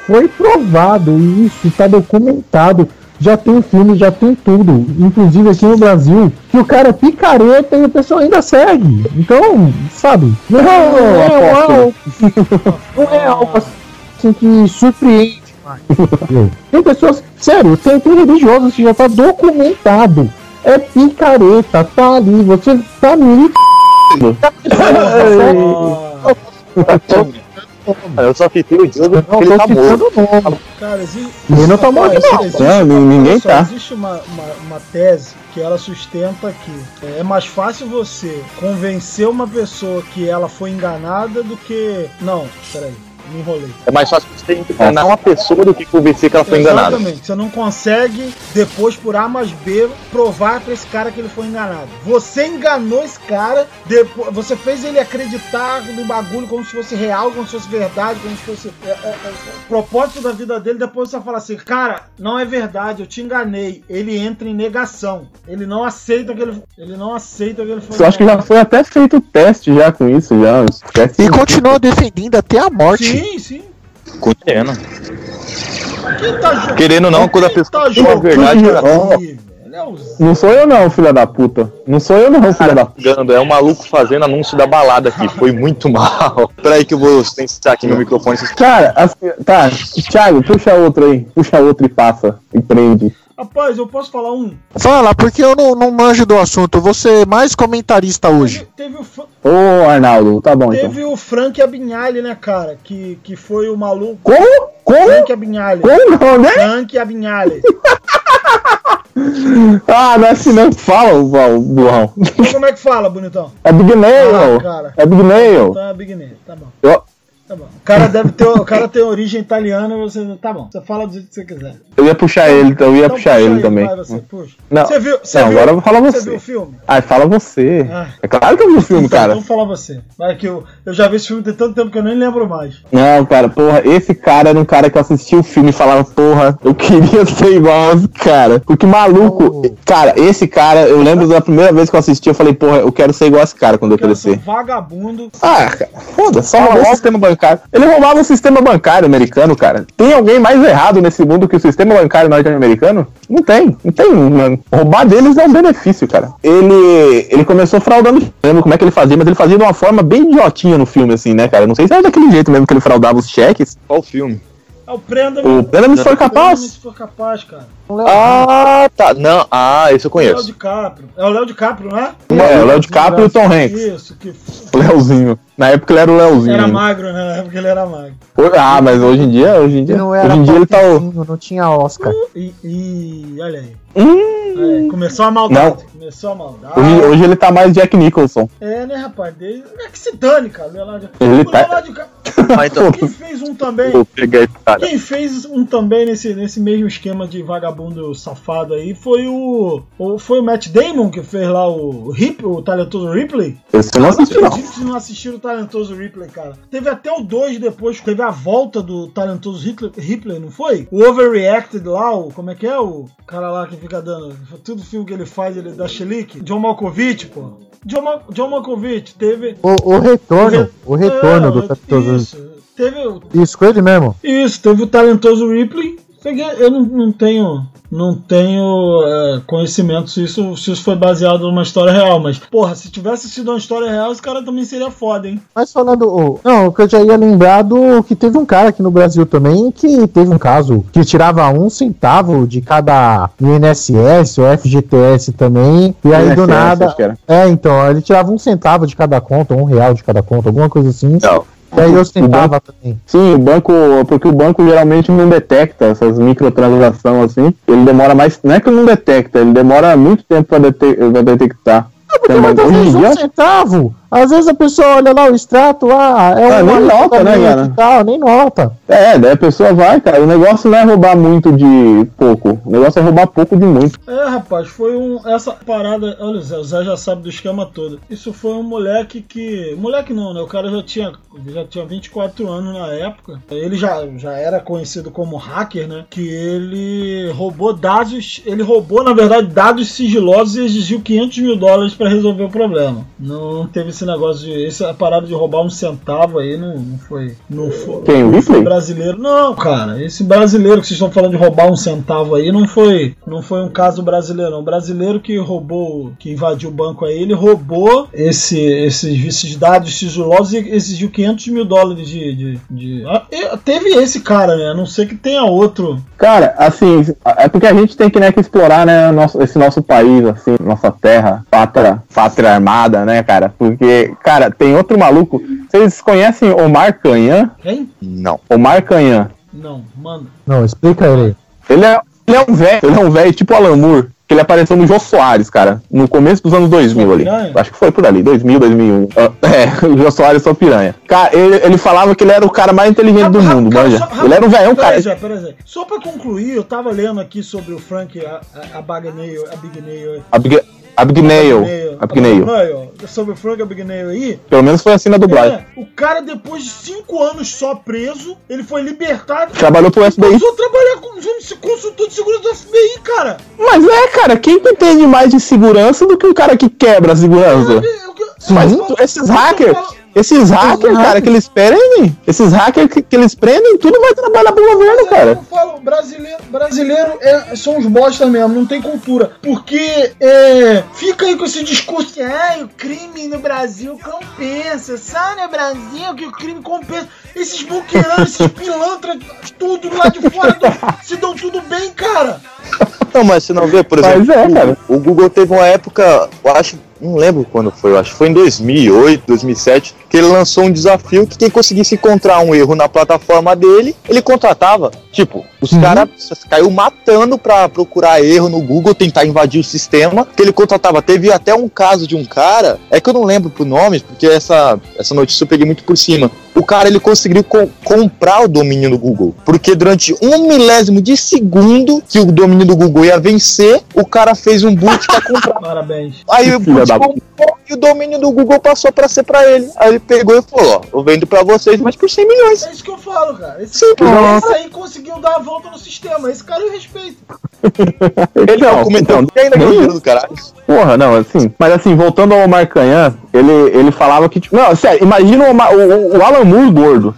e isso tá documentado. Já tem filme, já tem tudo. Inclusive aqui no Brasil, que o cara é picareta e o pessoal ainda segue. Então, sabe? Não é algo assim que surpreende. Tem pessoas, sério, tem religiosos que já tá documentado. É picareta, tá ali, você tá ali. Eu só fiquei o Diogo porque ele tá morto. Cara, ele não tá morto, não. Ninguém tá. Existe uma tese que ela sustenta que é mais fácil você convencer uma pessoa que ela foi enganada do que... Não, peraí. Me enrolei. É mais fácil você enganar uma pessoa do que convencer que ela foi enganada. Exatamente. Você não consegue, depois, por A mais B, provar pra esse cara que ele foi enganado. Você enganou esse cara, depois, você fez ele acreditar no bagulho como se fosse real, como se fosse verdade, como se fosse o propósito da vida dele. Depois você fala assim, cara, não é verdade, eu te enganei. Ele entra em negação. Ele não aceita que ele foi. Eu acho que já foi até feito teste já com isso, já. E continuou defendendo até a morte. Sim. Continuando. Tá querendo ou não, quando a pessoa tá a verdade... Não sou eu não, filha da puta. Não sou eu não, filha da puta. É um maluco fazendo anúncio da balada aqui. Foi muito mal. Peraí que eu vou tentar aqui meu microfone. Cara, assim, tá. Thiago, puxa outro aí. Puxa outro e passa. E prende. Rapaz, eu posso falar um? Fala, porque eu não manjo do assunto. Você é mais comentarista hoje. Ô, Arnaldo, tá bom Teve o Frank Abignale, né, cara? Que foi o maluco. Como? Frank Abignale. Como, né? Frank Abignale. Ah, não é assim não que fala, o burrão. Então, como é que fala, bonitão? É Big Nail. Cara. É Big Nail. Então é Big Nail, tá bom. Tá bom. O cara tem origem italiana, você. Tá bom, você fala do jeito que você quiser. Eu ia puxar ele, puxar ele também. Vai, você puxa. Não, você viu, agora fala você. Você viu o filme? Ah, fala você. É claro que eu vi o filme, cara. Então fala você. Vai que eu já vi esse filme tem tanto tempo que eu nem lembro mais. Não, cara, porra, esse cara era um cara que eu assistia o filme e falava, porra, eu queria ser igual a esse cara. Porque maluco, cara, esse cara, eu lembro da primeira vez que eu assisti, eu falei, porra, eu quero ser igual a esse cara quando eu crescer. Vagabundo. Ah, cara, foda-se, só roubou o sistema bancário. Ele roubava o sistema bancário americano, cara. Tem alguém mais errado nesse mundo que o sistema bancário norte-americano? Não tem, mano. Roubar deles é um benefício, cara. Ele começou fraudando, não lembro como é que ele fazia, mas ele fazia de uma forma bem idiotinha no filme, assim, né, cara? Não sei se era daquele jeito mesmo que ele fraudava os cheques. Qual filme? É o Prenda-me. O Prenda-me se for capaz. Se for capaz, cara. Ah, tá. Não, esse eu conheço. O Léo DiCaprio. É o Léo DiCaprio, não é? É, o Léo DiCaprio e o Tom Hanks. Isso, que... O Léozinho. Na época ele era o Léozinho. Era magro, né? Na época ele era magro. Ah, mas hoje em dia Não era hoje em dia ele tá não tinha Oscar. Olha aí. Começou a maldade. Começou a maldade. Hoje ele tá mais Jack Nicholson. É, né, rapaz? É que se dane, cara. Ele tá... então, Quem fez um também? Quem fez um também nesse mesmo esquema de vagabundo safado aí foi o Matt Damon que fez lá o talentoso Ripley. Esse não assistiu, não. Vocês não assistiram o talentoso Ripley, cara. Teve até o 2 depois, teve a volta do talentoso Ripley, não foi? O Overreacted lá, como é que é? O cara lá que fica dando. Tudo filme que ele faz, ele dá chilique. John Malkovich, pô. John Malkovich teve. O retorno do talentoso. Isso, com ele mesmo. Isso, teve o talentoso Ripley. Eu não tenho conhecimento se isso foi baseado numa história real, mas, porra, se tivesse sido uma história real, esse cara também seria foda, hein? Mas falando... Não, o que eu já ia lembrar que teve um cara aqui no Brasil também que teve um caso que tirava 1 centavo de cada INSS ou FGTS também, e aí do nada... Então, ele tirava 1 centavo de cada conta, R$1 de cada conta, alguma coisa assim. Não. E aí ostentava também. Sim, o banco, porque o banco geralmente não detecta essas microtransações assim. Ele demora mais, não é que não detecta, ele demora muito tempo pra detectar. Porque muitas vezes 1 centavo. Às vezes a pessoa olha lá o extrato, nem nota, né, cara? Tal, nem nota. Daí a pessoa vai, cara. O negócio não é roubar muito de pouco. O negócio é roubar pouco de muito. Rapaz, foi essa parada. Olha, o Zé já sabe do esquema todo. Isso foi um moleque que. Moleque não, né? O cara já tinha 24 anos na época. Ele já era conhecido como hacker, né? Que ele roubou dados. Ele roubou, na verdade, dados sigilosos e exigiu $500 mil pra resolver o problema. Não teve esse negócio essa parada de roubar 1 centavo aí não foi quem, o Ripley? Brasileiro. Não, cara, esse brasileiro que vocês estão falando de roubar 1 centavo aí não foi um caso brasileiro, não. O brasileiro que roubou, que invadiu o banco aí, ele roubou esses dados sigilosos e exigiu $500 mil teve esse cara, né? A não ser que tenha outro. Cara, assim, é porque a gente tem que, né, que explorar, né, esse nosso país, assim, nossa terra, pátria armada, né, cara? Porque, cara, tem outro maluco. Vocês conhecem Omar Khayyam? Quem? Não. Omar Khayyam. Não, mano. Não, explica ele. Ele é um velho tipo Alan Moore, que ele apareceu no Jô Soares, cara, no começo dos anos 2000 ali. Acho que foi por ali, 2000, 2001. O Jô Soares só piranha. Cara, ele falava que ele era o cara mais inteligente do mundo, manja. Ele era um velhão, cara. Pera aí. Só pra concluir, eu tava lendo aqui sobre o Frank Abagnale. Sobre o Frank Abagnale aí. Pelo menos foi assim na dublagem. O cara, depois de 5 anos só preso, ele foi libertado. Trabalhou pro FBI. Começou a trabalhar como consultor de segurança do FBI, cara. Mas cara, quem entende mais de segurança do que o cara que quebra a segurança? Mas esses hackers, cara, que eles prendem, tudo vai trabalhar pro governo, cara. Eu falo, brasileiro são os bosta mesmo, não tem cultura. Porque fica aí com esse discurso que o crime no Brasil compensa, só no Brasil que o crime compensa. Esses buqueiranos, esses pilantras, tudo lá de fora se dão tudo bem, cara. Não, mas você não vê, por exemplo, o Google teve uma época, eu acho, não lembro quando foi, eu acho que foi em 2008, 2007, que ele lançou um desafio que quem conseguisse encontrar um erro na plataforma dele, ele contratava. Tipo, os caras caiu matando pra procurar erro no Google, tentar invadir o sistema, que ele contratava. Teve até um caso de um cara, que eu não lembro pro nome, porque essa notícia eu peguei muito por cima. O cara, ele conseguiu comprar o domínio do Google, porque durante 1 milésimo de segundo que o domínio do Google ia vencer, o cara fez um boot pra comprar. Parabéns. Aí o boot comprou e o domínio do Google passou pra ser pra ele. Aí ele pegou e falou, eu vendo pra vocês, mas por 100 milhões. É isso que eu falo, cara. Esse aí conseguiu dar a volta no sistema. Esse cara eu respeito. Ele não comentando ainda ganhou do caralho. Porra, não, assim. Mas assim, voltando ao Omar Khayyam, ele falava que, tipo, não, sério, imagina o Alan Moore gordo.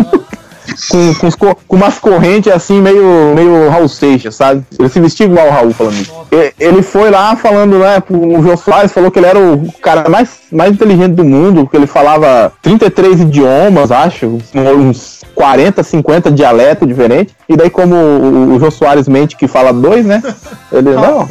com umas correntes assim, meio Raul Seixas, sabe? Ele se vestia igual o Raul falando isso. Ele foi lá falando, né, o Jô Soares falou que ele era o cara mais inteligente do mundo, porque ele falava 33 idiomas, acho, uns 40, 50 dialetos diferentes. E daí, como o Jô Soares mente que fala 2, né? Ele, não.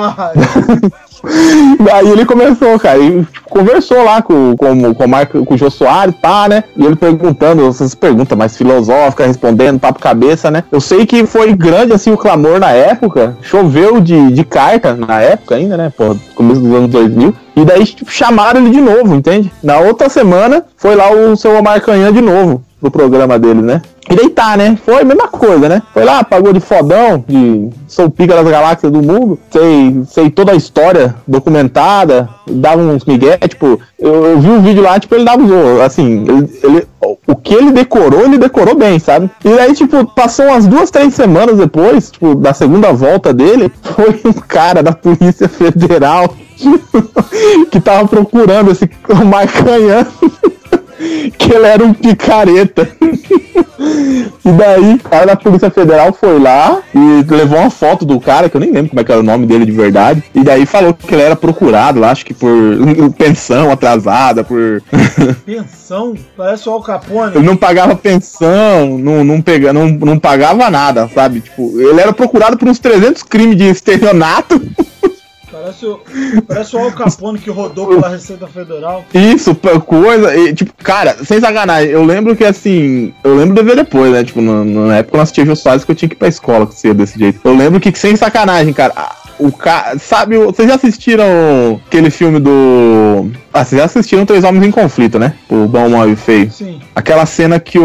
Daí ele começou, cara, e conversou lá com o Jô Soares, pá, né? E ele perguntando, essas perguntas mais filosóficas, respondendo, papo cabeça, né? Eu sei que foi grande, assim, o clamor na época, choveu de carta na época ainda, né? Pô, começo dos anos 2000. E daí, tipo, chamaram ele de novo, entende? Na outra semana, foi lá o seu Omar Canhã de novo pro programa dele, né? E daí tá, né? Foi a mesma coisa, né? Foi lá, pagou de fodão, de sou o pica das galáxias do mundo, sei toda a história documentada, dava uns migué, tipo, eu vi um vídeo lá, tipo, ele dava assim, ele o que ele decorou bem, sabe? E daí, tipo, passou umas 2, 3 semanas depois, tipo, da segunda volta dele, foi um cara da Polícia Federal que tava procurando esse Omar Canhã, que ele era um picareta. E daí, o cara da Polícia Federal foi lá e levou uma foto do cara, que eu nem lembro como é que era o nome dele de verdade. E daí falou que ele era procurado lá, acho que por pensão atrasada, por... Pensão? Parece o Al Capone. Ele não pagava pensão, não pagava nada, sabe? Tipo, ele era procurado por uns 300 crimes de estelionato. Parece o Al Capone que rodou pela Receita Federal. Isso, coisa. E, tipo, cara, sem sacanagem, eu lembro que assim. Eu lembro de ver depois, né? Tipo, na época eu não assistia Jô Soares que eu tinha que ir pra escola cedo desse jeito. Eu lembro que, sem sacanagem, cara. O cara. Sabe, vocês já assistiram aquele filme do. Vocês já assistiram 3 Homens em Conflito, né? O Bom, Mal e Feio. Sim. Aquela cena que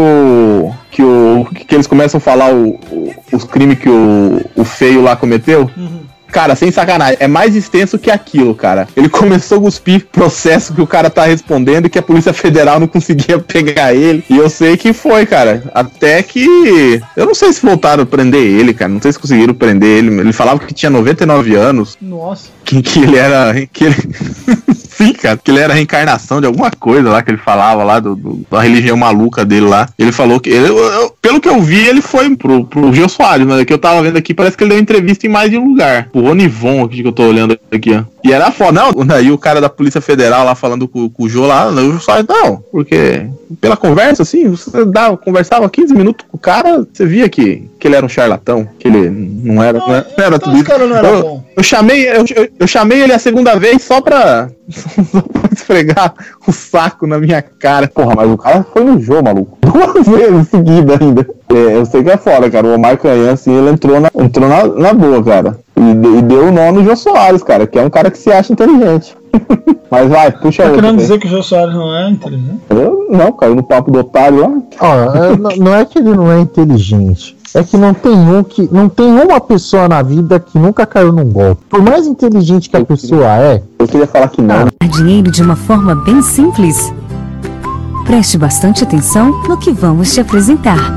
eles começam a falar os crimes que o feio lá cometeu. Uhum. Cara, sem sacanagem, é mais extenso que aquilo, cara. Ele começou a cuspir processo que o cara tá respondendo e que a Polícia Federal não conseguia pegar ele. E eu sei que foi, cara. Até que... Eu não sei se voltaram a prender ele, cara. Não sei se conseguiram prender ele. Ele falava que tinha 99 anos. Nossa. Que ele era... Sim, cara. Que ele era a reencarnação de alguma coisa lá que ele falava lá da religião maluca dele lá. Ele falou que... pelo que eu vi, ele foi pro Jô Soares, mas que eu tava vendo aqui, parece que ele deu entrevista em mais de um lugar. O Onivon aqui que eu tô olhando aqui, ó. E era foda. Não, daí o cara da Polícia Federal lá falando com o Jô lá, o Jô Soares, não, porque pela conversa, assim, você conversava 15 minutos com o cara, você via que ele era um charlatão, que ele não era tudo isso. Cara não era bom. Eu chamei ele a segunda vez só pra esfregar o saco na minha cara. Porra, mas o cara foi no Jô, maluco. 2 vezes seguida ainda. Eu sei que é foda, cara. O Omar Canhã, assim, ele entrou na boa, cara. E deu o nome Jô Soares, cara, que é um cara que se acha inteligente. Mas vai, puxa aí. Tá querendo dizer que o Jô Soares não é inteligente? Não, caiu no papo do otário lá. Não é que ele não é inteligente. É que não tem uma pessoa na vida que nunca caiu num golpe. Por mais inteligente que a pessoa é... Eu queria falar que não. Dinheiro de uma forma bem simples. Preste bastante atenção no que vamos te apresentar.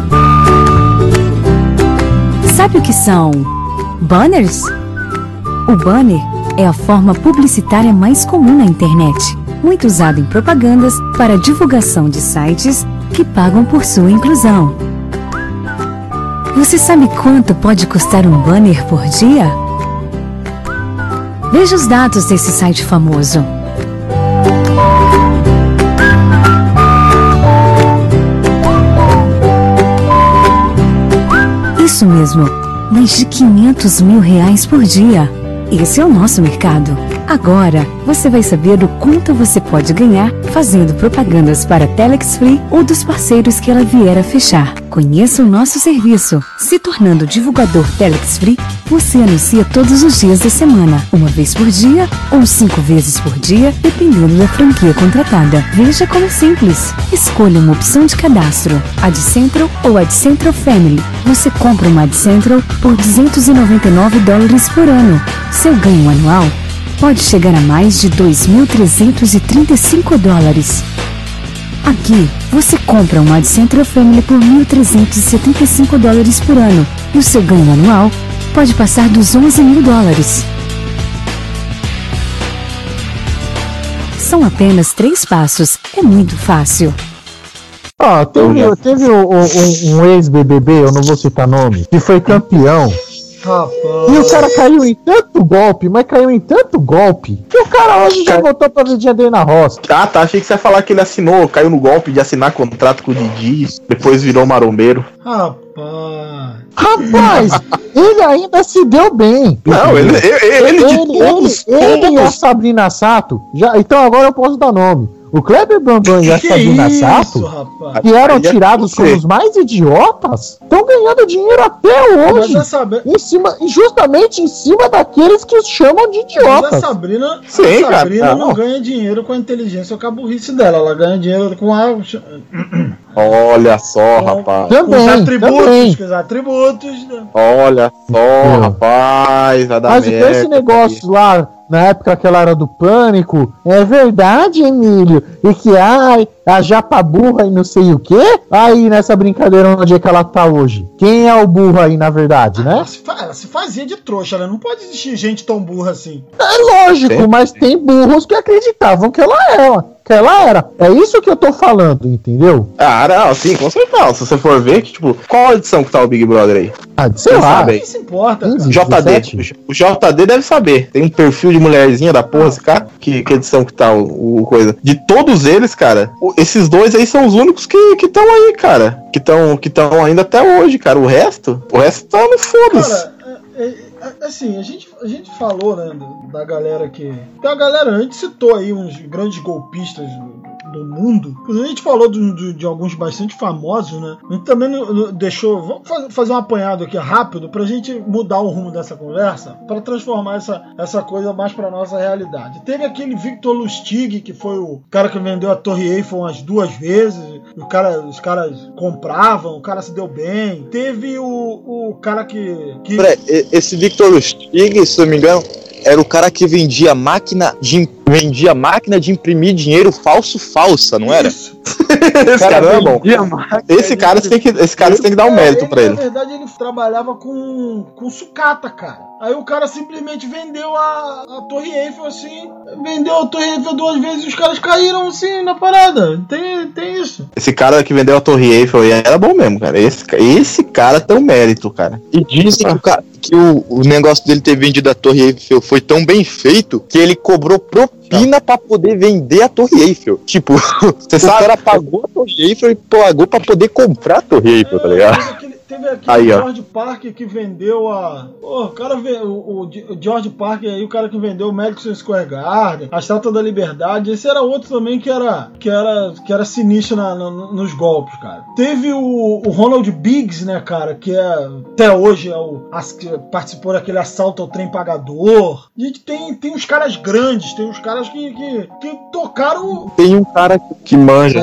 Sabe o que são banners? O banner é a forma publicitária mais comum na internet, muito usado em propagandas para divulgação de sites que pagam por sua inclusão. Você sabe quanto pode custar um banner por dia? Veja os dados desse site famoso. Isso mesmo, mais de 500 mil reais por dia. Esse é o nosso mercado. Agora, você vai saber o quanto você pode ganhar fazendo propagandas para a Telex Free ou dos parceiros que ela vier a fechar. Conheça o nosso serviço. Se tornando divulgador Telex Free, você anuncia todos os dias da semana, 1 vez por dia ou 5 vezes por dia, dependendo da franquia contratada. Veja como é simples. Escolha uma opção de cadastro, AdCentral ou AdCentral Family. Você compra uma AdCentral por $299 por ano. Seu ganho anual pode chegar a mais de $2.335. Aqui, você compra uma AdCentral Family por $1.375 por ano e o seu ganho anual pode passar dos $11.000. São apenas 3 passos, é muito fácil. Teve um ex-BBB, eu não vou citar nome, que foi campeão Rapaz. E o cara caiu em tanto golpe, mas caiu em tanto golpe, que o cara hoje já voltou pra vidinha dele na roça. Ah, tá. Achei que você ia falar que ele assinou, caiu no golpe de assinar contrato com o Didi, depois virou marombeiro. Rapaz, ele ainda se deu bem. Não, ele e a Sabrina Sato, então agora eu posso dar nome. O Kleber Bambam e a Sabrina Sato, que eram tirados como os mais idiotas, estão ganhando dinheiro até hoje. Justamente em cima daqueles que os chamam de idiotas. Mas a Sabrina, não ganha dinheiro com a inteligência ou com a burrice dela. Ela ganha dinheiro com a... Olha só, rapaz. Com os atributos. Olha só, rapaz. Mas com esse negócio lá, na época que ela era do Pânico, é verdade, Emílio? E que, a japa burra e não sei o quê? Aí, nessa brincadeira, onde é que ela tá hoje? Quem é o burro aí, na verdade, né? Ela se fazia de trouxa, né? Não pode existir gente tão burra assim. É lógico, mas tem burros que acreditavam que ela era. É isso que eu tô falando, entendeu? Ah, não, sim, com certeza. Se você for ver, que, tipo, qual edição que tá o Big Brother aí? Sei lá. Quem se importa, cara? JD. O JD deve saber. Tem um perfil de mulherzinha da porra, esse cara. Que edição que tá o coisa. De todos eles, cara, esses dois aí são os únicos que estão aí, cara. Que estão ainda até hoje, cara. O resto tá no foda-se. Cara, assim, a gente falou, né, da galera que... A gente citou aí uns grandes golpistas do mundo. A gente falou de alguns bastante famosos, né? A gente também deixou... Vamos fazer um apanhado aqui rápido pra gente mudar o rumo dessa conversa, pra transformar essa coisa mais pra nossa realidade. Teve aquele Victor Lustig, que foi o cara que vendeu a Torre Eiffel umas 2 vezes. Os caras compravam, o cara se deu bem. Teve o cara que... Esse Victor Lustig, se eu não me engano, era o cara que vendia máquina de imprimir dinheiro falsa, não era? Esse cara é bom. Esse cara você tem que dar um mérito pra ele. Na verdade, ele trabalhava com sucata, cara. Aí o cara simplesmente vendeu a Torre Eiffel, assim. Vendeu a Torre Eiffel 2 vezes e os caras caíram, assim, na parada. Tem isso. Esse cara que vendeu a Torre Eiffel era bom mesmo, cara. Esse cara tem um mérito, cara. E dizem que o negócio dele ter vendido a Torre Eiffel foi tão bem feito que ele cobrou propina pra poder vender a Torre Eiffel. Tipo, o cara pagou a Torre Eiffel e pagou pra poder comprar a Torre Eiffel, tá ligado? Teve aquele George Parker que vendeu o George Parker aí, o cara que vendeu o Madison Square Garden, a Estátua da Liberdade. Esse era outro também que era sinistro nos golpes, cara. Teve o Ronald Biggs, né, cara, que até hoje que participou daquele assalto ao trem pagador. A gente tem uns caras grandes, tem uns caras que tocaram... Tem um cara que manja.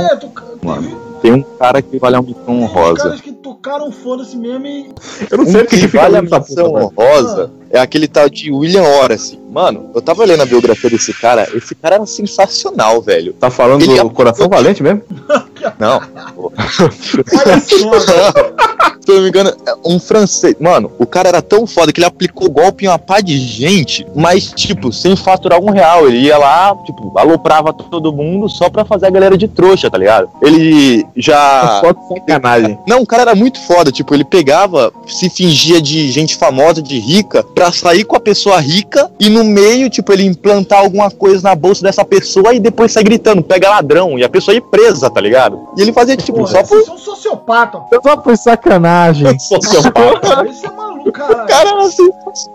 Tem um cara que vale a missão honrosa. Tem caras que tocaram foda-se mesmo e... Eu não sei o que vale a missão honrosa. É aquele tal de William Horace. Mano, eu tava lendo a biografia desse cara. Esse cara era sensacional, velho. Tá falando do Coração Valente mesmo? Não. Olha só, se eu não me engano, um francês. Mano, o cara era tão foda que ele aplicou golpe em uma pá de gente, mas, tipo, sem faturar R$1. Ele ia lá, tipo, aloprava todo mundo só pra fazer a galera de trouxa, tá ligado? Ele já... Foda de sacanagem. Não, o cara era muito foda. Tipo, ele pegava, se fingia de gente famosa, de rica, pra sair com a pessoa rica e no meio, tipo, ele implantar alguma coisa na bolsa dessa pessoa e depois sair gritando, pega ladrão, e a pessoa ir presa, tá ligado? E ele fazia, tipo, só por... Você é um sociopata. Só por sacanagem. Sociopata. Esse é maluco, cara. O cara era assim.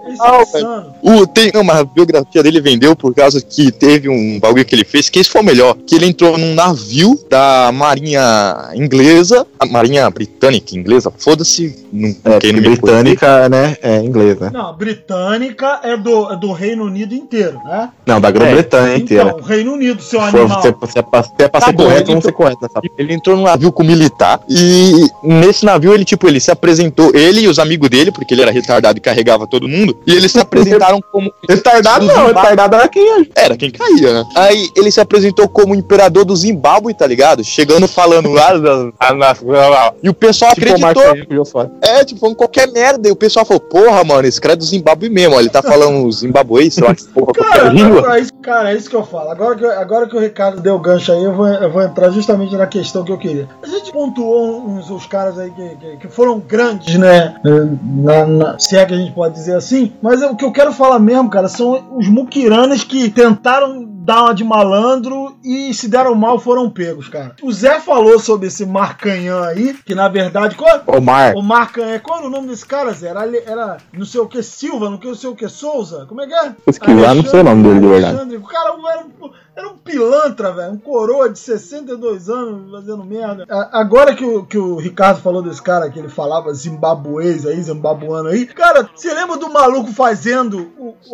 Mas a biografia dele vendeu por causa que teve um bagulho que ele fez, que esse foi o melhor, que ele entrou num navio da Marinha Inglesa, a Marinha Britânica, inglesa, foda-se, britânica, né, é inglesa. Não, britânica é do Reino Unido inteiro, né? Não, da Grã-Bretanha inteira. Então, o Reino Unido, seu animal. Você é pra ser correto, vamos ser correto nessa. Ele entrou num navio com militar e nesse navio ele se apresentou, ele e os amigos dele, porque ele era retardado e carregava todo mundo, e eles se apresentaram como... Retardado não, retardado era quem caía, né? Aí ele se apresentou como imperador do Zimbábue, tá ligado? Chegando falando lá e o pessoal acreditou. Falando qualquer merda, e o pessoal falou, porra, mano, esse cara é do Zimbábue mesmo, ó, ele tá falando zimbabuês, sei lá, que porra, qualquer língua. Cara, é isso que eu falo. Agora que o Ricardo deu gancho aí, eu vou entrar justamente na questão que eu queria. A gente pontuou uns caras aí que foram grandes, né? se é que a gente pode dizer assim, mas o que eu quero falar mesmo, cara, são os muquiranas que tentaram dar uma de malandro e se deram mal, foram pegos, cara. O Zé falou sobre esse Marcanhã aí, que na verdade... O Marcanhã, qual era o nome desse cara, Zé? Era não sei o que Silva, não sei o que Souza? Como é que é? Pesquisar, não sei o nome dele de verdade. O cara era um pilantra, velho, um coroa de 62 anos fazendo merda. Agora que o Ricardo falou desse cara, que ele falava zimbabuês aí, zimbabuano aí, cara, você lembra do maluco fazendo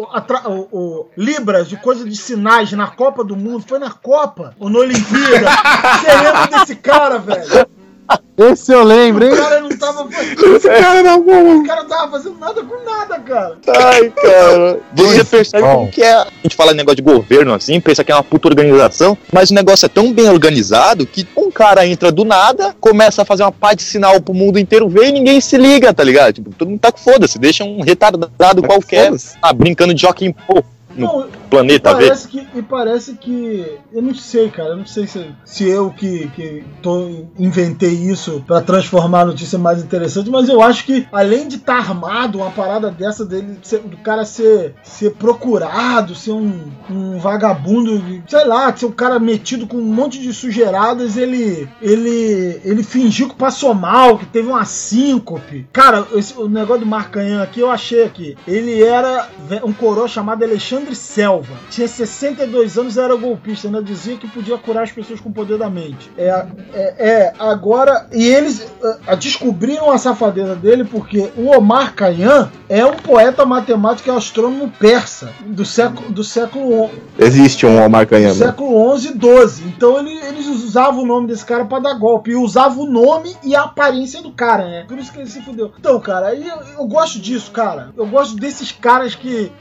o Libras de coisa de sinais na Copa do Mundo? Foi na Copa ou na Olimpíada? Você lembra desse cara, velho? Esse eu lembro, hein? O cara não tava O cara tava fazendo nada com nada, cara. Ai, cara. Você percebe como que é. A gente fala de negócio de governo assim, pensa que é uma puta organização, mas o negócio é tão bem organizado que um cara entra do nada, começa a fazer uma pá de sinal pro mundo inteiro ver e ninguém se liga, tá ligado? Tipo, todo mundo tá com foda-se, deixa um retardado qualquer brincando de Joaquim Pô no planeta V. Parece que eu não sei, cara, eu não sei se eu que inventei isso pra transformar a notícia mais interessante, mas eu acho que além de estar armado, uma parada dessa do cara ser procurado, ser um vagabundo, sei lá, ser um cara metido com um monte de sujeiradas, ele fingiu que passou mal, que teve uma síncope. Cara, o negócio do Marcanhã aqui, eu achei aqui, ele era um coroa chamado Alexandre Selva, tinha 62 anos, era golpista, ainda dizia que podia curar as pessoas com o poder da mente. Agora, e eles descobriram a safadeza dele porque o Omar Khayyam é um poeta matemático e astrônomo persa do século XI. Existe um Omar Khayyam. Do século XI e XII. Então eles usavam o nome desse cara pra dar golpe, e usavam o nome e a aparência do cara, né? Por isso que ele se fudeu. Então, cara, aí eu gosto disso, cara. Eu gosto desses caras que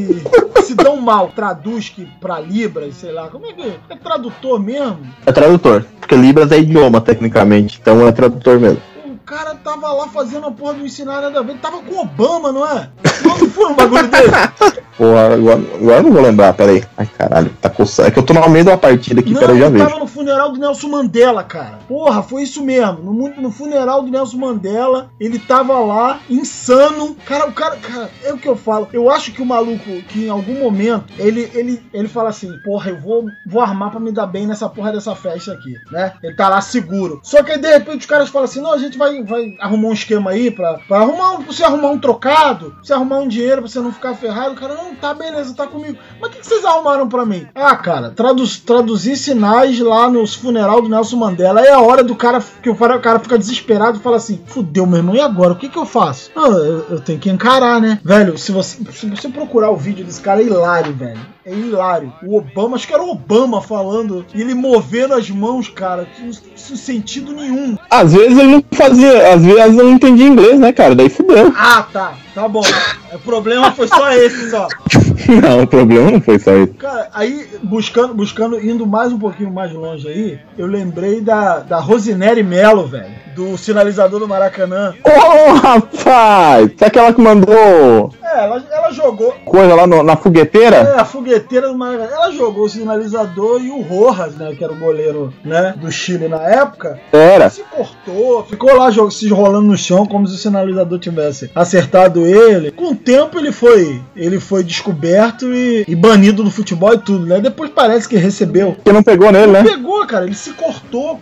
se dão mal, traduz pra Libras, sei lá. Como é que é? tradutor mesmo? É tradutor, porque Libras é idioma, tecnicamente. Então é tradutor mesmo. O cara tava lá fazendo a porra do ensinar nada a ver. Ele tava com Obama, não é? Não foi um bagulho dele? Porra, agora eu não vou lembrar, peraí. Ai, caralho, tá coçando. É que eu tô no meio de uma partida aqui, peraí, já vejo. Ele tava no funeral do Nelson Mandela, cara. Porra, foi isso mesmo. No funeral do Nelson Mandela, ele tava lá, insano. Cara, é o que eu falo. Eu acho que o maluco, que em algum momento, ele fala assim, porra, eu vou armar pra me dar bem nessa porra dessa festa aqui, né? Ele tá lá seguro. Só que aí, de repente, os caras falam assim, não, a gente vai arrumar um esquema aí pra você arrumar um trocado, você arrumar um dinheiro pra você não ficar ferrado. O cara, não, tá, beleza, tá comigo. Mas o que vocês arrumaram pra mim? Ah, cara, traduzir sinais lá nos funeral do Nelson Mandela. É a hora do cara, que o cara fica desesperado e fala assim, fudeu, meu irmão, e agora? O que eu faço? Ah, eu tenho que encarar, né? Velho, se você procurar o vídeo desse cara, é hilário, velho. É hilário. O Obama, acho que era o Obama falando, e ele movendo as mãos, cara, sem sentido nenhum. Às vezes ele não fazia, às vezes eu não entendia inglês, né, cara? Daí fudeu. Ah, tá bom. O problema foi só esse, só. Não, o problema não foi só esse. Cara, aí, buscando, indo mais um pouquinho mais longe aí, eu lembrei da Rosineri Melo, velho, do sinalizador do Maracanã. Ô, rapaz! É aquela que mandou... ela jogou... coisa lá na fogueteira? A fogueteira do Maracanã. Ela jogou o sinalizador e o Rojas, né, que era o goleiro, né, do Chile na época. Era. Se cortou, ficou lá se rolando no chão como se o sinalizador tivesse acertado ele. Com o tempo ele foi descoberto e banido do futebol e tudo, né? Depois parece que recebeu. Porque não pegou nele, né? Não pegou, cara. Ele se cortou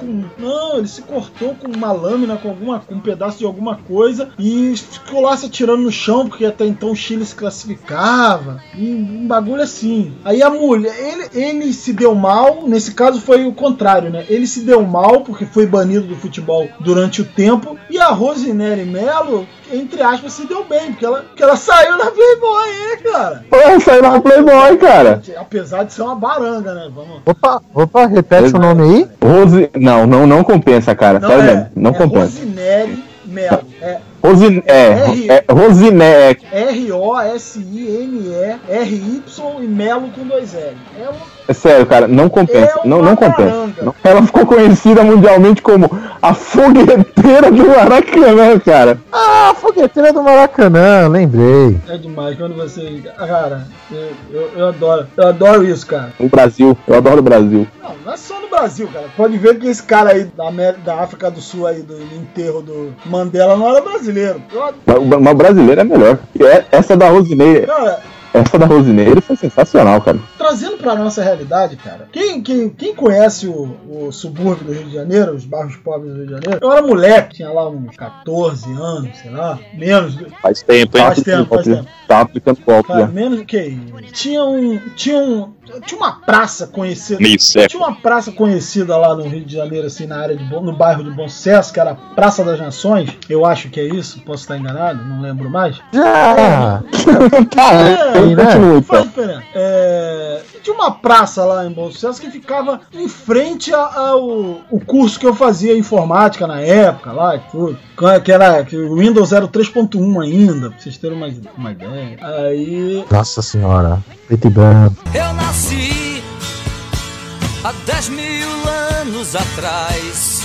com uma lâmina, com um pedaço de alguma coisa e ficou lá se atirando no chão, porque até então o Chile se classificava. E um bagulho assim. Aí a mulher, ele se deu mal, nesse caso foi o contrário, né? Ele se deu mal porque foi banido do futebol durante o tempo, e a Rosineri Melo, entre aspas, se deu bem, porque ela saiu na Playboy, cara. Ela saiu na Playboy, cara. Apesar de ser uma baranga, né? Vamos. Opa, repete o nome aí. Não compensa, cara. Sério mesmo, não compensa. Rosineri Melo. Rosineri. R-O-S-I-N-E-R-Y e Melo com 2 L. É sério, cara, não compensa. Não compensa. Ela ficou conhecida mundialmente como a fogueteira do Maracanã, cara. Ah, fogueteira do Maracanã, lembrei. É demais quando você... Cara, eu adoro isso, cara. O Brasil, eu adoro o Brasil. Não é só no Brasil, cara. Pode ver que esse cara aí da África do Sul aí, do enterro do Mandela, não era brasileiro. Mas o brasileiro é melhor. Essa da Rosineira... Cara... Essa da Rosineira foi sensacional, cara. Trazendo pra nossa realidade, cara, quem conhece o subúrbio do Rio de Janeiro, os bairros pobres do Rio de Janeiro, eu era moleque, tinha lá uns 14 anos, sei lá, menos. Faz tempo, hein? Faz tempo. Tá aplicando golpe, já. Menos que tinha uma praça conhecida. Meio século. Tinha uma praça conhecida lá no Rio de Janeiro, assim, na área no bairro de Bom Sucesso, que era a Praça das Nações. Eu acho que é isso, posso estar enganado, não lembro mais. Já! Faz diferença. Tinha uma praça lá em Bom Sucesso que ficava em frente ao curso que eu fazia informática na época, lá e tudo. Que era o Windows 03.1 ainda, pra vocês terem uma ideia. Aí... Nossa senhora, preto e branco. Eu nasci há 10 mil anos atrás.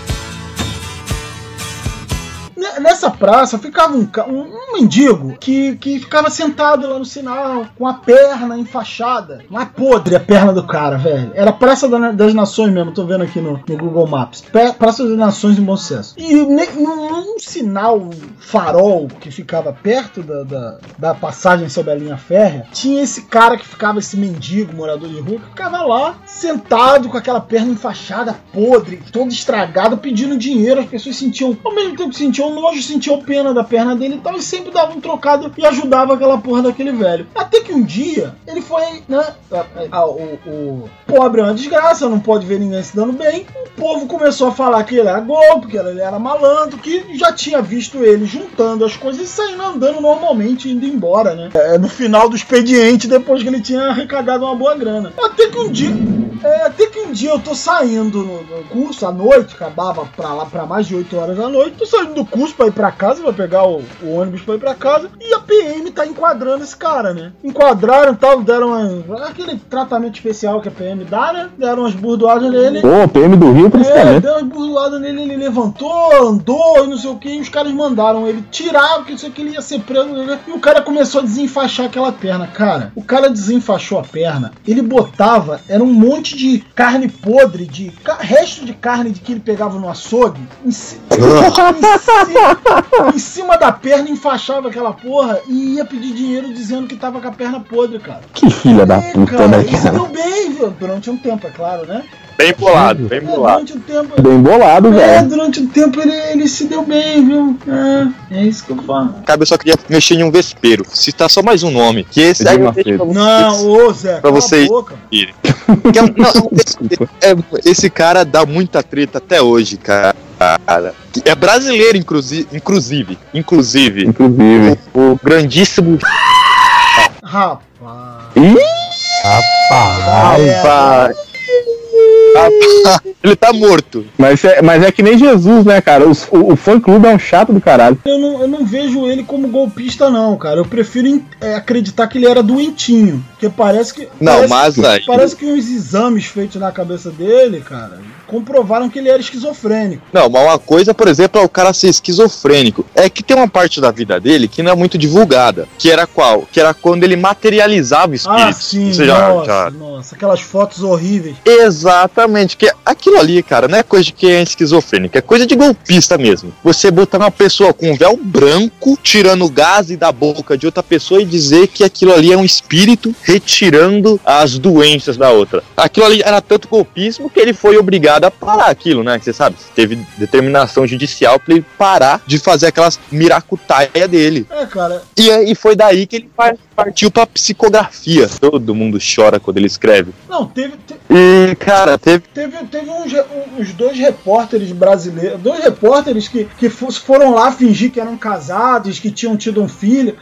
Nessa praça ficava um mendigo que ficava sentado lá no sinal, com a perna enfaixada. Não é podre a perna do cara, velho. Era Praça das Nações mesmo, tô vendo aqui no Google Maps. Praça das Nações em Bom Sucesso. E num sinal farol que ficava perto da passagem sobre a linha férrea, tinha esse cara que ficava, esse mendigo, morador de rua, que ficava lá, sentado com aquela perna enfaixada, podre, todo estragado, pedindo dinheiro. As pessoas sentiam, ao mesmo tempo que sentiam nojo, sentiam pena da perna dele e tal, e sempre dava um trocado e ajudava aquela porra daquele velho. Até que um dia, ele foi, né, o pobre é uma desgraça, não pode ver ninguém se dando bem. O povo começou a falar que ele era golpe, que ele era malandro, que já tinha visto ele juntando as coisas e saindo andando normalmente, indo embora, né? No final do expediente, depois que ele tinha arrecadado uma boa grana. Até que um dia eu tô saindo no curso à noite, acabava pra mais de 8 horas da noite, tô saindo do curso pra ir pra casa, vai pegar o ônibus pra ir pra casa, e a PM tá enquadrando esse cara, né? Enquadraram e tal, deram aquele tratamento especial que a PM dá, né? Deram umas burdoadas nele. Pô, PM do Rio, principalmente. Deram umas burdoadas nele, ele levantou, andou e não sei o que, e os caras mandaram ele tirar, porque isso aqui ele ia ser preso, né? E o cara começou a desenfaixar aquela perna. Cara, o cara desenfaixou a perna, ele botava, era um monte de carne podre, resto de carne que ele pegava no açougue, em cima da perna, enfaixava aquela porra e ia pedir dinheiro dizendo que tava com a perna podre, cara. Que filha da puta, cara, né, cara? cara? Isso deu bem, viu? Durante um tempo, é claro, né? Bem bolado, bem bolado. Durante um tempo, bem bolado, velho. Durante um tempo ele se deu bem, viu? É isso que eu falo. Cabe, eu só queria mexer em um vespeiro. Citar só mais um nome. Que esse aí não, ô Zé, pra vocês irem. Esse cara dá muita treta até hoje, cara. É brasileiro, inclusive. O grandíssimo. Rapaz. Rapaz. Ele tá morto. Mas é que nem Jesus, né, cara? O fã-clube é um chato do caralho. Eu não vejo ele como golpista, não, cara. Eu prefiro acreditar que ele era doentinho. Porque parece que... Parece que os exames feitos na cabeça dele, cara, comprovaram que ele era esquizofrênico. Não, mas uma coisa, por exemplo, é o cara ser esquizofrênico. É que tem uma parte da vida dele que não é muito divulgada. Que era qual? Que era quando ele materializava espíritos. Ah, sim, nossa, aquelas fotos horríveis. Exatamente, que aquilo ali, cara, não é coisa de quem é esquizofrênico, é coisa de golpista mesmo. Você botar uma pessoa com um véu branco, tirando gás da boca de outra pessoa e dizer que aquilo ali é um espírito retirando as doenças da outra. Aquilo ali era tanto golpismo que ele foi obrigado a parar aquilo, né? Você sabe, teve determinação judicial pra ele parar de fazer aquelas miracutaias dele. Cara. E foi daí que ele partiu pra psicografia. Todo mundo chora quando ele escreve. Não, teve uns dois repórteres brasileiros, dois repórteres que foram lá fingir que eram casados, que tinham tido um filho.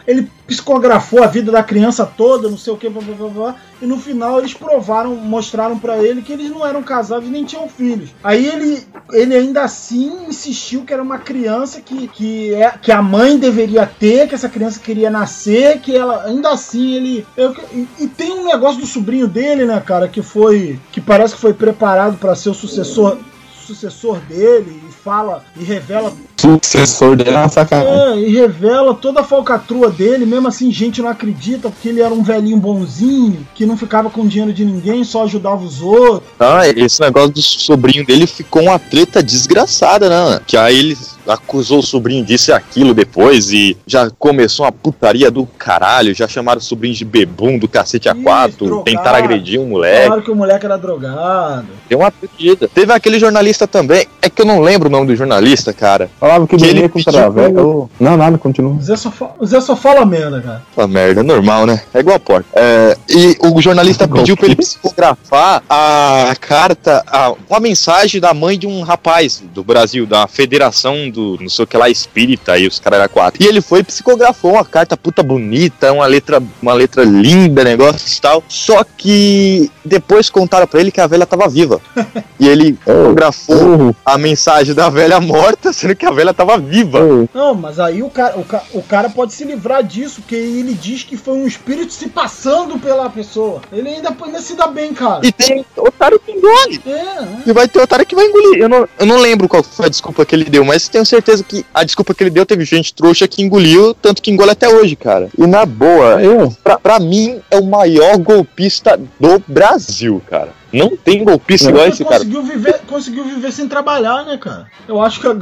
psicografou a vida da criança toda, não sei o que, blá, blá, blá, blá, e no final eles mostraram pra ele que eles não eram casados e nem tinham filhos. Aí ele ainda assim insistiu que era uma criança que a mãe deveria ter, que essa criança queria nascer, que ela, ainda assim e tem um negócio do sobrinho dele, né, cara, que parece que foi preparado pra ser o sucessor dele, e fala e revela. Sucessor dele é uma sacanagem. E revela toda a falcatrua dele, mesmo assim, gente não acredita, porque ele era um velhinho bonzinho, que não ficava com dinheiro de ninguém, só ajudava os outros. Esse negócio do sobrinho dele ficou uma treta desgraçada, né? Que aí ele acusou o sobrinho disso e aquilo depois, e já começou uma putaria do caralho, já chamaram o sobrinho de bebum do cacete A4, tentaram agredir um moleque. Claro que o moleque era drogado. Deu uma pedida. Teve aquele jornalista também, é que eu não lembro o nome do jornalista, cara. Falava que ele com traveco. Não, nada, continua. O Zé só fala merda, cara. Fala merda, normal, né? É igual a porta. E o jornalista pediu pra ele psicografar a carta, uma mensagem da mãe de um rapaz do Brasil, da federação do não sei o que lá, espírita, e os caras eram 4. E ele foi e psicografou uma carta puta bonita, uma letra linda, negócio e tal. Só que depois contaram pra ele que a velha tava viva. E ele psicografou a mensagem da velha morta, sendo que a velha tava viva. Não, mas aí o cara pode se livrar disso, porque ele diz que foi um espírito se passando pela pessoa. Ele ainda se dá bem, cara. E tem otário que engole. E vai ter otário que vai engolir. Eu não lembro qual foi a desculpa que ele deu, mas tenho certeza que a desculpa que ele deu teve gente trouxa que engoliu, tanto que engole até hoje, cara. E na boa, pra mim é o maior golpista do Brasil, cara. Não tem golpista igual esse cara. Conseguiu viver sem trabalhar, né, cara? Eu acho que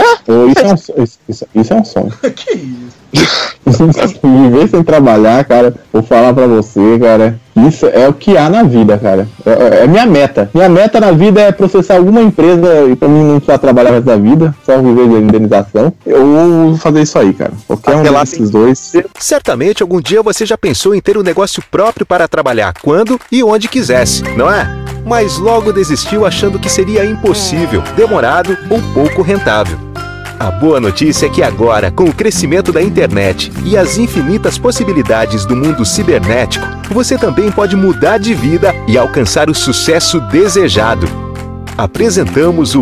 Isso é um sonho. Que isso? Viver sem trabalhar, cara, vou falar pra você, cara, isso é o que há na vida, cara. É minha meta. Minha meta na vida é processar alguma empresa e pra mim não precisar trabalhar o resto da vida, só viver de indenização. Eu vou fazer isso aí, cara. Qualquer um desses dois. Certamente algum dia você já pensou em ter um negócio próprio para trabalhar quando e onde quisesse, não é? Mas logo desistiu achando que seria impossível, demorado ou pouco rentável. A boa notícia é que agora, com o crescimento da internet e as infinitas possibilidades do mundo cibernético, você também pode mudar de vida e alcançar o sucesso desejado. Apresentamos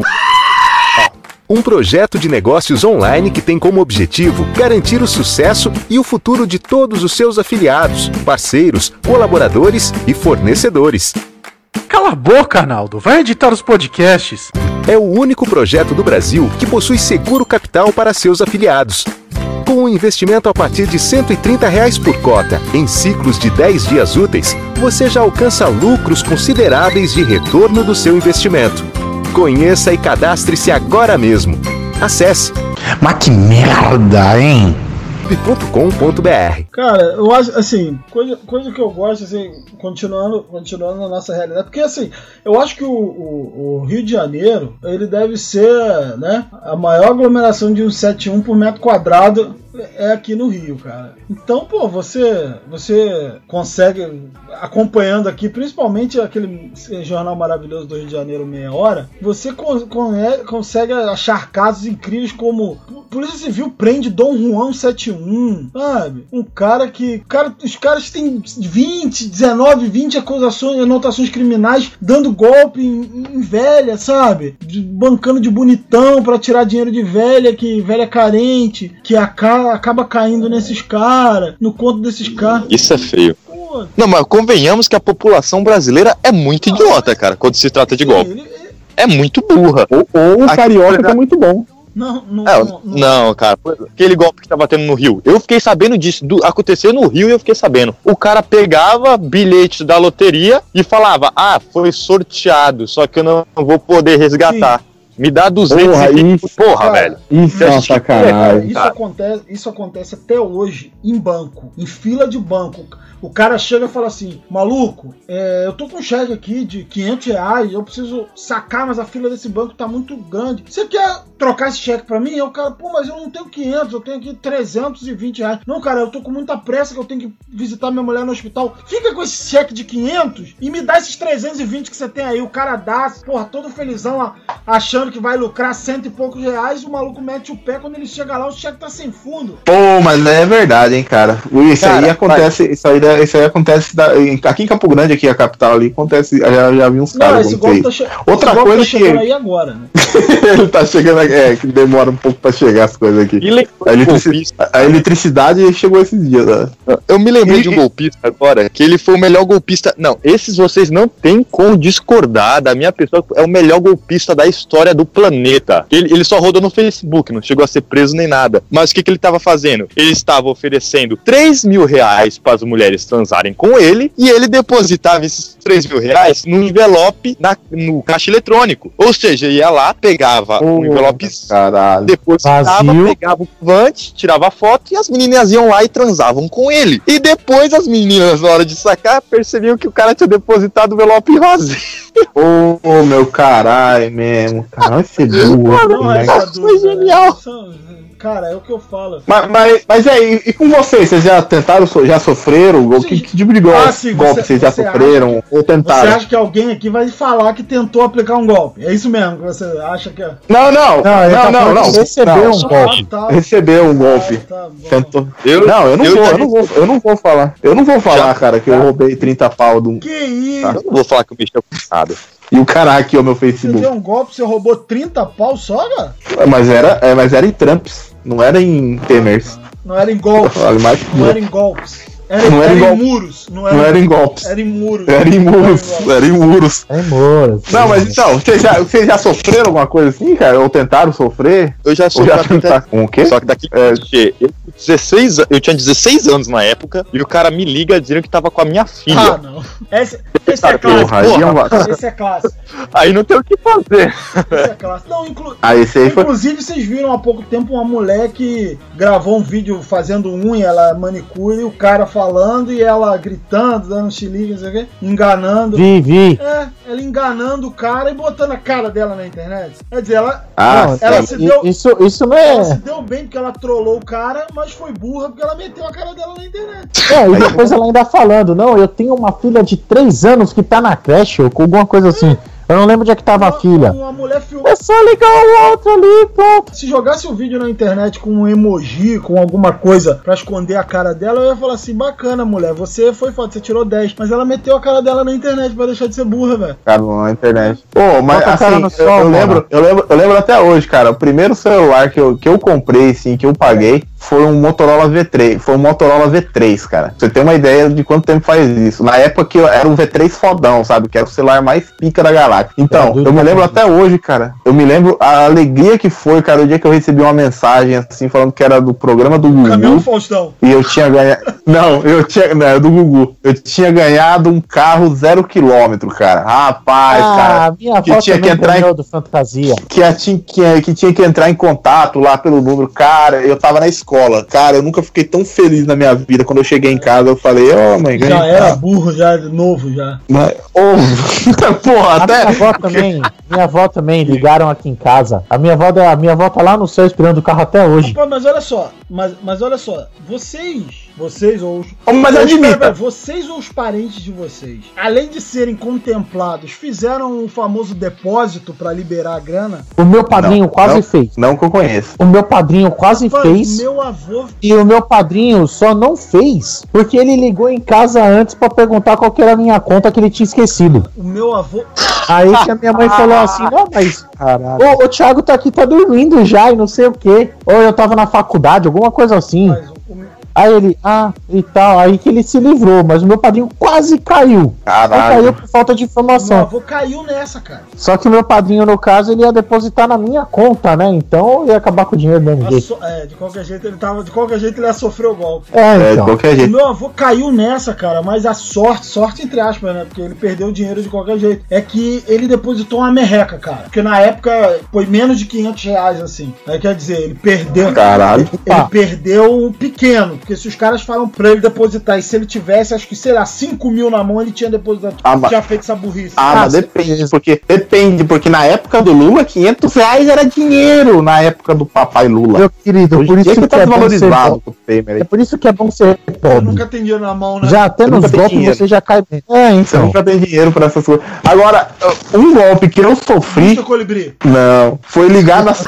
um projeto de negócios online que tem como objetivo garantir o sucesso e o futuro de todos os seus afiliados, parceiros, colaboradores e fornecedores. Cala a boca, Arnaldo. Vai editar os podcasts. É o único projeto do Brasil que possui seguro capital para seus afiliados. Com um investimento a partir de R$ 130 por cota, em ciclos de 10 dias úteis, você já alcança lucros consideráveis de retorno do seu investimento. Conheça e cadastre-se agora mesmo. Acesse. Mas que merda, hein? .com.br. Cara, eu acho, assim, coisa que eu gosto, assim, continuando na nossa realidade, porque, assim, eu acho que o Rio de Janeiro, ele deve ser, né, a maior aglomeração de 171 por metro quadrado é aqui no Rio, cara. Então, pô, você consegue, acompanhando aqui, principalmente aquele jornal maravilhoso do Rio de Janeiro, Meia Hora, você consegue achar casos incríveis como Polícia Civil prende Dom Juan 71, sabe? Os caras têm 19, 20 acusações, anotações criminais, dando golpe em velha, sabe? Bancando de bonitão pra tirar dinheiro de velha, que velha carente, que acaba caindo nesses caras, no conto desses caras. Isso é feio. Pô. Não, mas convenhamos que a população brasileira é muito idiota, cara, quando se trata de golpe. É muito burra. Ou o carioca que é muito bom. Não, cara, aquele golpe que tá batendo no Rio, eu fiquei sabendo disso, aconteceu no Rio e eu fiquei sabendo. O cara pegava bilhete da loteria e falava, foi sorteado, só que eu não vou poder resgatar. Sim. Me dá 200 porra, velho. Isso é uma sacanagem. Isso acontece até hoje em banco, em fila de banco. O cara chega e fala assim, maluco, eu tô com um cheque aqui de R$500, eu preciso sacar, mas a fila desse banco tá muito grande. Você quer trocar esse cheque pra mim? Aí o cara, mas eu não tenho 500, eu tenho aqui R$320. Não, cara, eu tô com muita pressa que eu tenho que visitar minha mulher no hospital. Fica com esse cheque de 500 e me dá esses 320 que você tem aí. O cara dá, porra, todo felizão, achando que vai lucrar 100 e poucos reais, o maluco mete o pé, quando ele chega lá, o cheque tá sem fundo. Pô, mas é verdade, hein, cara. Isso aí acontece, aqui em Campo Grande, aqui a capital ali, acontece, já vi uns caras. Esse golpe tá outra coisa que aí agora, né? ele tá chegando, que demora um pouco pra chegar as coisas aqui. A eletricidade chegou esses dias, né? Eu me lembrei de um golpista agora, que ele foi o melhor golpista. Não, esses vocês não tem como discordar da minha pessoa, é o melhor golpista da história do planeta. Ele só rodou no Facebook, não chegou a ser preso nem nada. Mas o que ele estava fazendo? Ele estava oferecendo 3 mil reais para as mulheres transarem com ele, e ele depositava esses 3 mil reais num envelope no caixa eletrônico. Ou seja, ia lá, pegava um envelope, depositava, pegava o comprovante, tirava a foto, e as meninas iam lá e transavam com ele. E depois as meninas, na hora de sacar, percebiam que o cara tinha depositado o envelope vazio. Ô, meu caralho mesmo. Caralho, esse foi genial. Cara, é o que eu falo. Mas aí, e com vocês? Vocês já tentaram, já sofreram? Que tipo de golpe vocês já sofreram ou tentaram? Você acha que alguém aqui vai falar que tentou aplicar um golpe? É isso mesmo que você acha que é? Não. Recebeu um golpe. Recebeu um golpe. Tentou. Eu não vou falar. Eu não vou falar, cara, que eu roubei 30 pau do. Que isso? Eu não vou falar que eu mexi com nada. E o cara hackeou meu Facebook. Você deu um golpe, você roubou 30 pau só, cara? Mas era em Trumps, não era em Temers. Não era em golpes. Não era em golpes. Era em muros. Não era em golpes. Era em muros. Era em muros. Não, mas então, vocês já sofreram alguma coisa assim, cara? Ou tentaram sofrer? Eu já sofri. Com o quê? Só que daqui eu tinha 16 anos na época, e o cara me liga dizendo que tava com a minha filha. Ah, não. Esse é clássico. Esse é clássico. Aí não tem o que fazer. Esse é clássico. Não, inclusive vocês viram há pouco tempo uma mulher que gravou um vídeo fazendo unha, ela manicure, e o cara falando e ela gritando, dando xilique, não sei o quê, enganando. Vi. Ela enganando o cara e botando a cara dela na internet. Quer dizer, ela se deu. Isso não é. Ela se deu bem porque ela trollou o cara, mas foi burra porque ela meteu a cara dela na internet. E depois ela ainda falando, não, eu tenho uma filha de 3 anos que tá na creche, ou com alguma coisa assim. Eu não lembro onde é que tava a filha. Uma mulher filmou. É só ligar o outro ali, pronto. Se jogasse o vídeo na internet com um emoji, com alguma coisa pra esconder a cara dela, eu ia falar assim, bacana, mulher, você foi foda, você tirou 10. Mas ela meteu a cara dela na internet pra deixar de ser burra, velho. Cara, na internet. Pô, mas assim, eu lembro até hoje, cara, o primeiro celular que eu comprei, assim, que eu paguei, foi um Motorola V3. Foi um Motorola V3, cara. Pra você ter uma ideia de quanto tempo faz isso. Na época que era um V3 fodão, sabe? Que era o celular mais pica da galáxia. Então, eu me lembro até hoje, cara. Eu me lembro a alegria que foi, cara, o dia que eu recebi uma mensagem, assim, falando que era do programa do Gugu. Caminhão Faustão. E eu tinha ganhado... Não, era do Gugu. Eu tinha ganhado um carro 0 km, cara. Rapaz, cara. Minha avó tinha que entrar do Fantasia. Que tinha que entrar em contato lá pelo número. Cara, eu tava na escola. Cara, eu nunca fiquei tão feliz na minha vida. Quando eu cheguei em casa, eu falei, mãe, ganhei. Já era burro, já novo, já. Mas, porra, até... Minha avó também ligaram aqui em casa. A minha avó tá lá no céu esperando o carro até hoje. Opa, mas olha só, vocês ou os parentes de vocês, além de serem contemplados, fizeram o famoso depósito pra liberar a grana? O meu padrinho quase fez. Não que eu conheço. O meu padrinho quase fez. Meu avô... E o meu padrinho só não fez porque ele ligou em casa antes pra perguntar qual que era a minha conta que ele tinha esquecido. O meu avô... Aí que a minha mãe falou assim, não, mas o Thiago tá aqui, tá dormindo já e não sei o quê. Ou eu tava na faculdade, alguma coisa assim. Aí ele, e tal, aí que ele se livrou, mas o meu padrinho quase caiu. Caralho. Caiu por falta de informação. Meu avô caiu nessa, cara. Só que o meu padrinho, no caso, ele ia depositar na minha conta, né? Então ia acabar com o dinheiro do mesmo jeito. De qualquer jeito ele ia sofrer o golpe. Então. De qualquer jeito. O meu avô caiu nessa, cara, mas a sorte entre aspas, né? Porque ele perdeu o dinheiro de qualquer jeito. É que ele depositou uma merreca, cara. Porque na época foi menos de 500 reais, assim. Aí quer dizer, ele perdeu. Caralho. Ele perdeu um pequeno. Porque se os caras falam pra ele depositar, e se ele tivesse, acho que, sei lá, 5 mil na mão, ele tinha depositado. Tinha feito essa burrice. Mas depende, porque na época do Lula, R$500 era dinheiro na época do papai Lula. Meu querido, hoje por isso que tá desvalorizado com o Temer. É por isso que é bom ser pobre. Nunca tem dinheiro na mão, né? Já até nos golpes você já cai bem. Você nunca tem dinheiro pra essas coisas. Agora, um golpe que eu sofri. Colibri. Não, foi ligar na.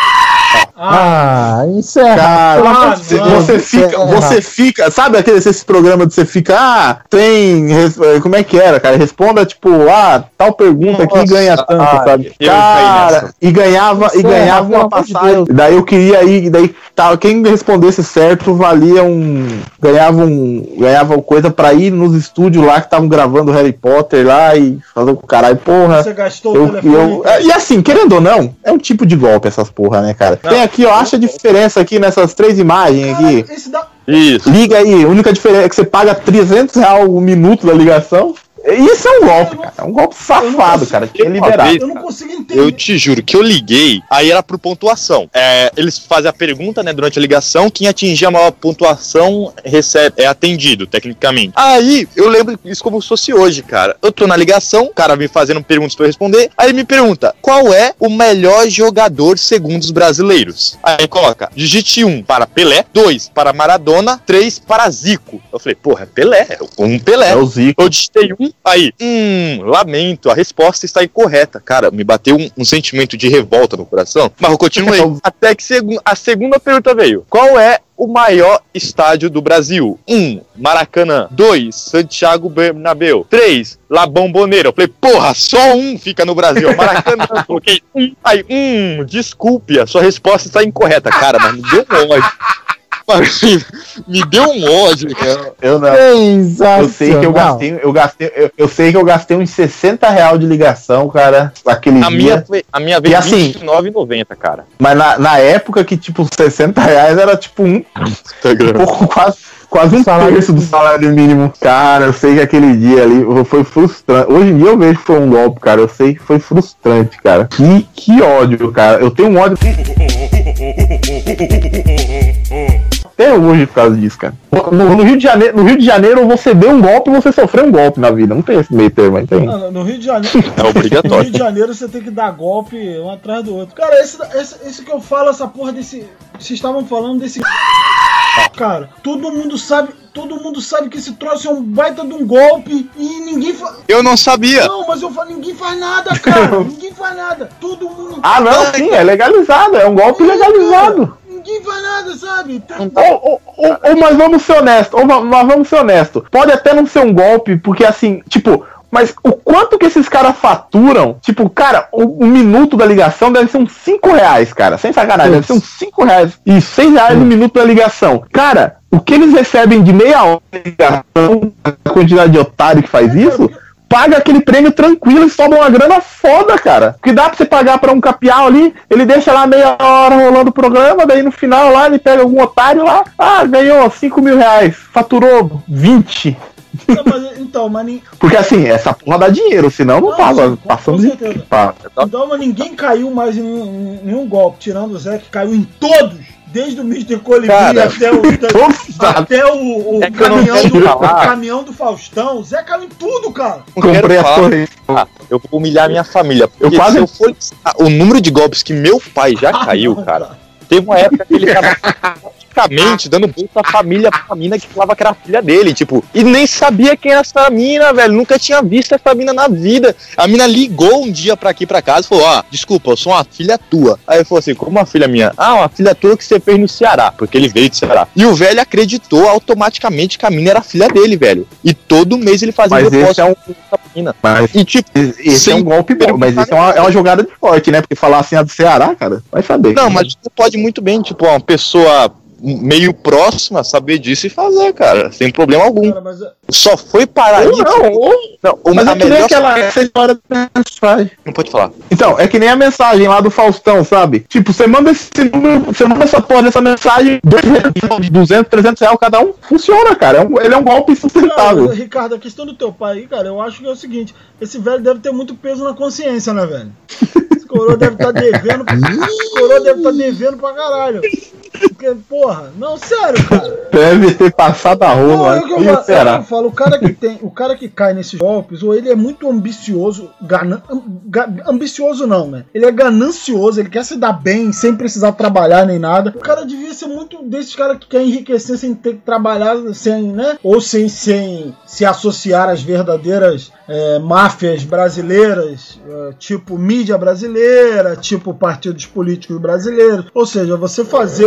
Isso é errado. Você fica, sabe esse programa de você fica, como é que era, cara? Responda tipo, tal pergunta aqui ganha tanto, sabe? Cara, e ganhava uma passagem. Daí eu queria ir, quem respondesse certo ganhava coisa pra ir nos estúdios lá que estavam gravando Harry Potter lá e fazer o caralho, porra. Você gastou o telefone. E assim, querendo ou não, é um tipo de golpe essas porra, né, cara? Tem aqui, ó, acha a diferença aqui nessas 3 imagens aqui. Isso. Liga aí, a única diferença é que você paga R$300 o minuto da ligação. Isso é um golpe, cara. É um golpe safado, cara. Que é liberado. Eu não consigo entender. Eu te juro que eu liguei, aí era por pontuação. Eles fazem a pergunta, né, durante a ligação, quem atingir a maior pontuação é atendido, tecnicamente. Aí, eu lembro isso como se fosse hoje, cara. Eu tô na ligação, o cara vem fazendo perguntas pra eu responder, aí ele me pergunta, qual é o melhor jogador segundo os brasileiros? Aí coloca, digite 1 para Pelé, 2 para Maradona, 3 para Zico. Eu falei, porra, é Pelé, Pelé. É o Zico. Eu digitei 1, aí, lamento, a resposta está incorreta. Cara, me bateu um sentimento de revolta no coração, mas eu continuei. Até que a segunda pergunta veio. Qual é o maior estádio do Brasil? 1, Maracanã. 2, Santiago Bernabéu. 3, La Bombonera. Eu falei, porra, só um fica no Brasil. Maracanã. Coloquei 1. Aí, desculpe, a sua resposta está incorreta. Cara, mas me deu um ódio. Me deu um ódio, cara. Eu não. Eu sei que eu sei que eu gastei uns R$60 de ligação, cara, aquele dia. A minha veio R$29,90, cara. Mas na época que, tipo, R$60 era tipo um pouco, quase um terço do salário mínimo. Cara, eu sei que aquele dia ali foi frustrante. Hoje em dia eu vejo que foi um golpe, cara. Eu sei que foi frustrante, cara. Que ódio, cara. Eu tenho um ódio até hoje por causa disso, cara. No Rio de Janeiro, ou você deu um golpe ou você sofreu um golpe na vida. Não tem esse meio termo, mas tem. No Rio de Janeiro. É obrigatório. No Rio de Janeiro você tem que dar golpe um atrás do outro. Cara, esse que eu falo, essa porra desse. Vocês estavam falando desse. Cara, todo mundo sabe que esse troço é um baita de um golpe e ninguém faz. Eu não sabia. Não, mas eu falo, ninguém faz nada, cara. Ninguém faz nada. Todo mundo. Não, sim, é legalizado. É um golpe legalizado. Cara, ninguém faz nada, sabe? Mas vamos ser honestos. Pode até não ser um golpe, porque assim, tipo. Mas o quanto que esses caras faturam? Tipo, cara, um minuto da ligação deve ser uns R$5, cara. Sem sacanagem, deve ser uns R$5 e R$6 no minuto da ligação. Cara, o que eles recebem de meia hora de ligação, a quantidade de otário que faz isso, paga aquele prêmio tranquilo e sobra uma grana foda, cara. Porque dá pra você pagar pra um capial ali, ele deixa lá meia hora rolando o programa, daí no final lá ele pega algum otário lá, ganhou R$5.000, faturou 20. Porque assim, essa porra dá dinheiro, senão não tava passando de. Então, mas ninguém caiu mais em nenhum golpe, tirando o Zé, que caiu em todos, desde o Mr. Colibri até o caminhão do Faustão. O Zé caiu em tudo, cara. Comprei as correntes. Eu vou humilhar minha família. Porque se eu for o número de golpes que meu pai já caiu, cara, teve uma época que ele tava dando bolsa à família pra mina que falava que era a filha dele, tipo, e nem sabia quem era essa mina, velho, nunca tinha visto essa mina na vida. A mina ligou um dia pra aqui pra casa e falou, desculpa, eu sou uma filha tua. Aí ele falou assim, como uma filha minha? Uma filha tua que você fez no Ceará, porque ele veio do Ceará. E o velho acreditou automaticamente que a mina era a filha dele, velho. E todo mês ele fazia depósito com a mina. E tipo, esse é um golpe bom, mas isso é uma jogada de sorte, né? Porque falar assim, do Ceará, cara, vai saber. Não, mas você pode muito bem, tipo, uma pessoa meio próxima saber disso e fazer, cara, sem problema algum. Cara, só foi parar isso. Mas é que nem aquela hora da mensagem. Não pode falar. Então, é que nem a mensagem lá do Faustão, sabe? Tipo, você manda esse número, você manda essa porra dessa mensagem, R$200, R$300 cada um, funciona, cara. Ele é um golpe sustentável. Cara, Ricardo, a questão do teu pai aí, cara, eu acho que é o seguinte, esse velho deve ter muito peso na consciência, né, velho? Esse coroa deve estar devendo. Esse coroa deve estar devendo pra caralho. porque, porra, não, sério, cara. Deve ter passado a rua. Eu falo, o cara que cai nesses golpes, ou ele é muito ambicioso, ambicioso não, né? Ele é ganancioso, ele quer se dar bem, sem precisar trabalhar nem nada. O cara devia ser muito desses caras que quer enriquecer sem ter que trabalhar, sem, né? Ou sem se associar às verdadeiras máfias brasileiras, tipo mídia brasileira, tipo partidos políticos brasileiros. Ou seja, você fazer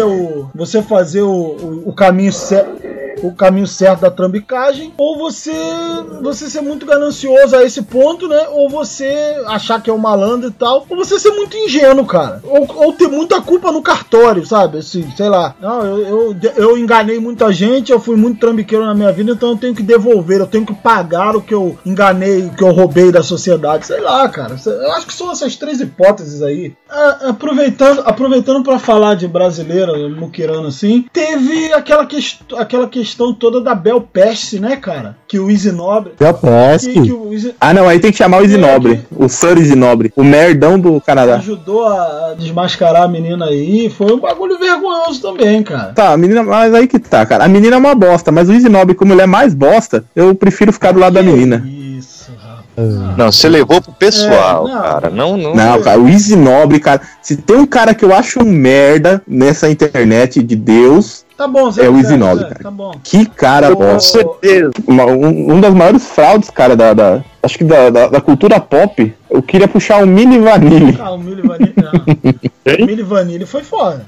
o caminho certo da trambicagem, ou você ser muito ganancioso a esse ponto, né? Ou você achar que é um malandro e tal, ou você ser muito ingênuo, cara. Ou ter muita culpa no cartório, sabe? Assim, sei lá. Não, eu enganei muita gente, eu fui muito trambiqueiro na minha vida, então eu tenho que devolver, eu tenho que pagar o que eu enganei, o que eu roubei da sociedade. Sei lá, cara. Eu acho que são essas três hipóteses aí. Aproveitando para falar de brasileiro, muquirano assim, teve aquela questão toda da Bel Pesce, né, cara? Que o Easy Nobre... Bel Pesce? Ah, não, aí tem que chamar o Easy Nobre. O Sir Easy Nobre. O merdão do Canadá. Ajudou a desmascarar a menina aí. Foi um bagulho vergonhoso também, cara. Tá, a menina... Mas aí que tá, cara. A menina é uma bosta, mas o Easy Nobre, como ele é mais bosta, eu prefiro ficar do lado da menina. Isso, rapaz. Não, você levou pro pessoal, cara. Não, cara, o Easy Nobre, cara. Se tem um cara que eu acho um merda nessa internet de Deus... Tá bom, Zé, é o Easy Nobre, cara. Tá bom. Que cara bom. Com certeza. Um das maiores fraudes, cara, acho que da cultura pop. Eu queria puxar o Milli Vanilli. Ah, o Milli Vanilli não. O Milli Vanilli foi foda.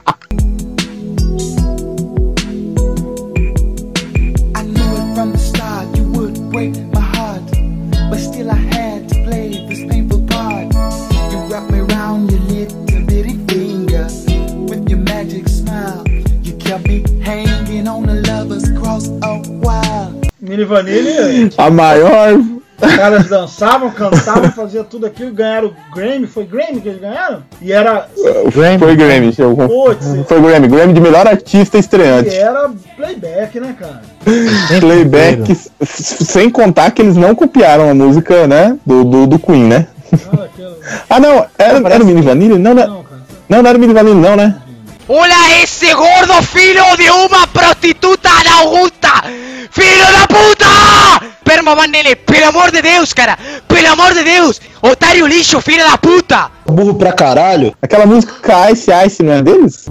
I knew it from the start, you would break my heart. But still I had to play this painful part. You wrap me around your little bitty finger with your magic smile. Kept me hanging on the lover's cross a while. Milli Vanilli, a maior. Os caras dançavam, cantavam, faziam tudo aquilo, ganharam o Grammy. Foi Grammy que eles ganharam? E era... Foi Grammy. Foi Grammy de melhor artista estreante. E era playback, né, cara? Playback, sem contar que eles não copiaram a música, né, do Queen, né? Não, era o Milli Vanilli? Não era o Milli Vanilli não, né? Hola, esse gordo filho de uma prostituta da Augusta! Filho da puta! Perma Vanelli, pelo amor de Deus, cara! Pelo amor de Deus! Otário lixo, filho da puta! Burro pra caralho! Aquela música Ice não é deles?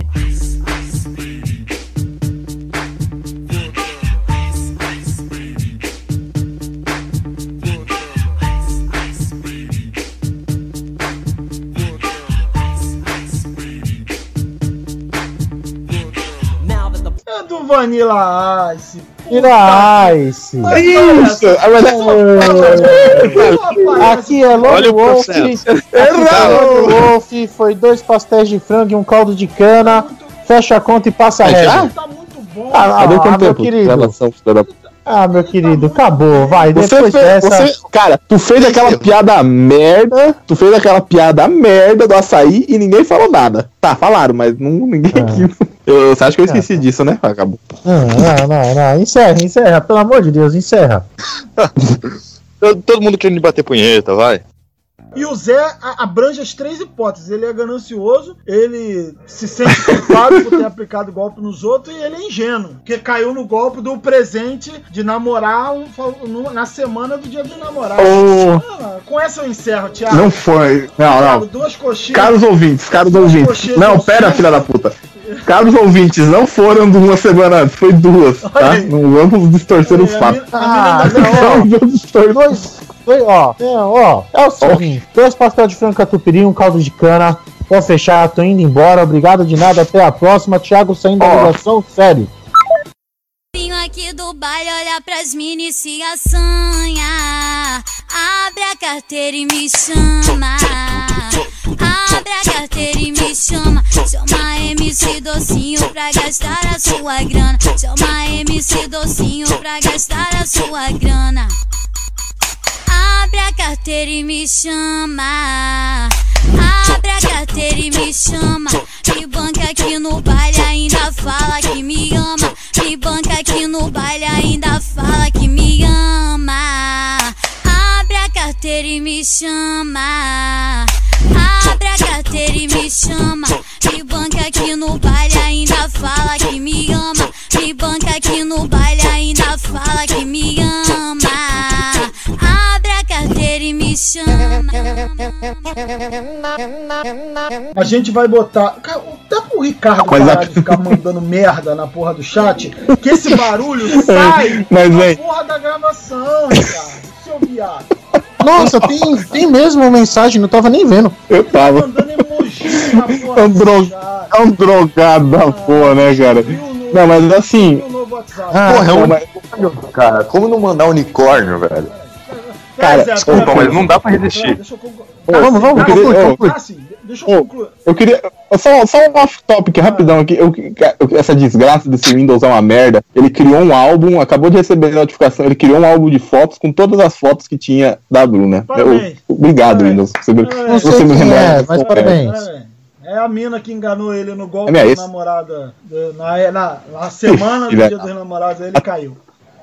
Do Vanilla Ice. Vanilla Ice. Isso! Aqui é Lone Wolf. Wolf foi 2 pastéis de frango e um caldo de cana. Fecha a conta e passa a régua. Tá muito bom. Meu querido. Meu querido, acabou, vai, depois dessa... Cara, tu fez aquela piada merda, do açaí e ninguém falou nada. Tá, falaram, mas ninguém aqui... Você acha que eu esqueci disso, né? Acabou. Não, encerra, pelo amor de Deus, encerra. Todo mundo querendo bater punheta, vai. E o Zé abrange as 3 hipóteses. Ele é ganancioso, ele se sente culpado por ter aplicado golpe nos outros e ele é ingênuo, porque caiu no golpe do presente de namorar na semana do dia do namorado. Com essa eu encerro, Thiago. Não foi. Não. 2 coxinhas. Caros ouvintes. Não, pera, filha da puta. Caros ouvintes, não foram 2 semanas antes, foi 2, tá? Não vamos distorcer os fatos. É o seguinte, 2 pastel de frango catupiry, um caldo de cana. Vou fechar, tô indo embora. Obrigado de nada, até a próxima. Thiago saindo da ligação, sério. Aqui do baile, olha pras mini se assanha. Abre a carteira e me chama. Abre a carteira e me chama. Chama MC Docinho pra gastar a sua grana. Chama MC Docinho pra gastar a sua grana. Abre a carteira e me chama. Abre a carteira e me chama. Me banca aqui no baile, ainda fala que me ama. Me banca aqui no baile, ainda fala que me ama. Abre a carteira e me chama. Abre a carteira e me chama. Me banca aqui no baile, ainda fala A gente vai botar. Cara, até pro Ricardo parar de ficar mandando merda na porra do chat, que esse barulho sai da porra da gravação, Ricardo. Seu viado. Nossa, tem mesmo mensagem, não tava nem vendo. Eu tava. Mandando emoji na porra É um drogado da porra, né, cara? Não, mas assim. Porra, é um cara. Como não mandar unicórnio, velho? Cara, desculpa, mas não dá pra resistir. Vamos, conclui. Deixa eu concluir. Eu queria. Só um off-topic rapidão aqui. Essa desgraça desse Windows é uma merda. Ele criou um álbum, acabou de receber a notificação. Ele criou um álbum de fotos com todas as fotos que tinha da Bruna. Obrigado, Windows. Você me remete. Mas parabéns. É a mina que enganou ele no golpe da namorada. Na semana do Dia dos Namorados, ele caiu.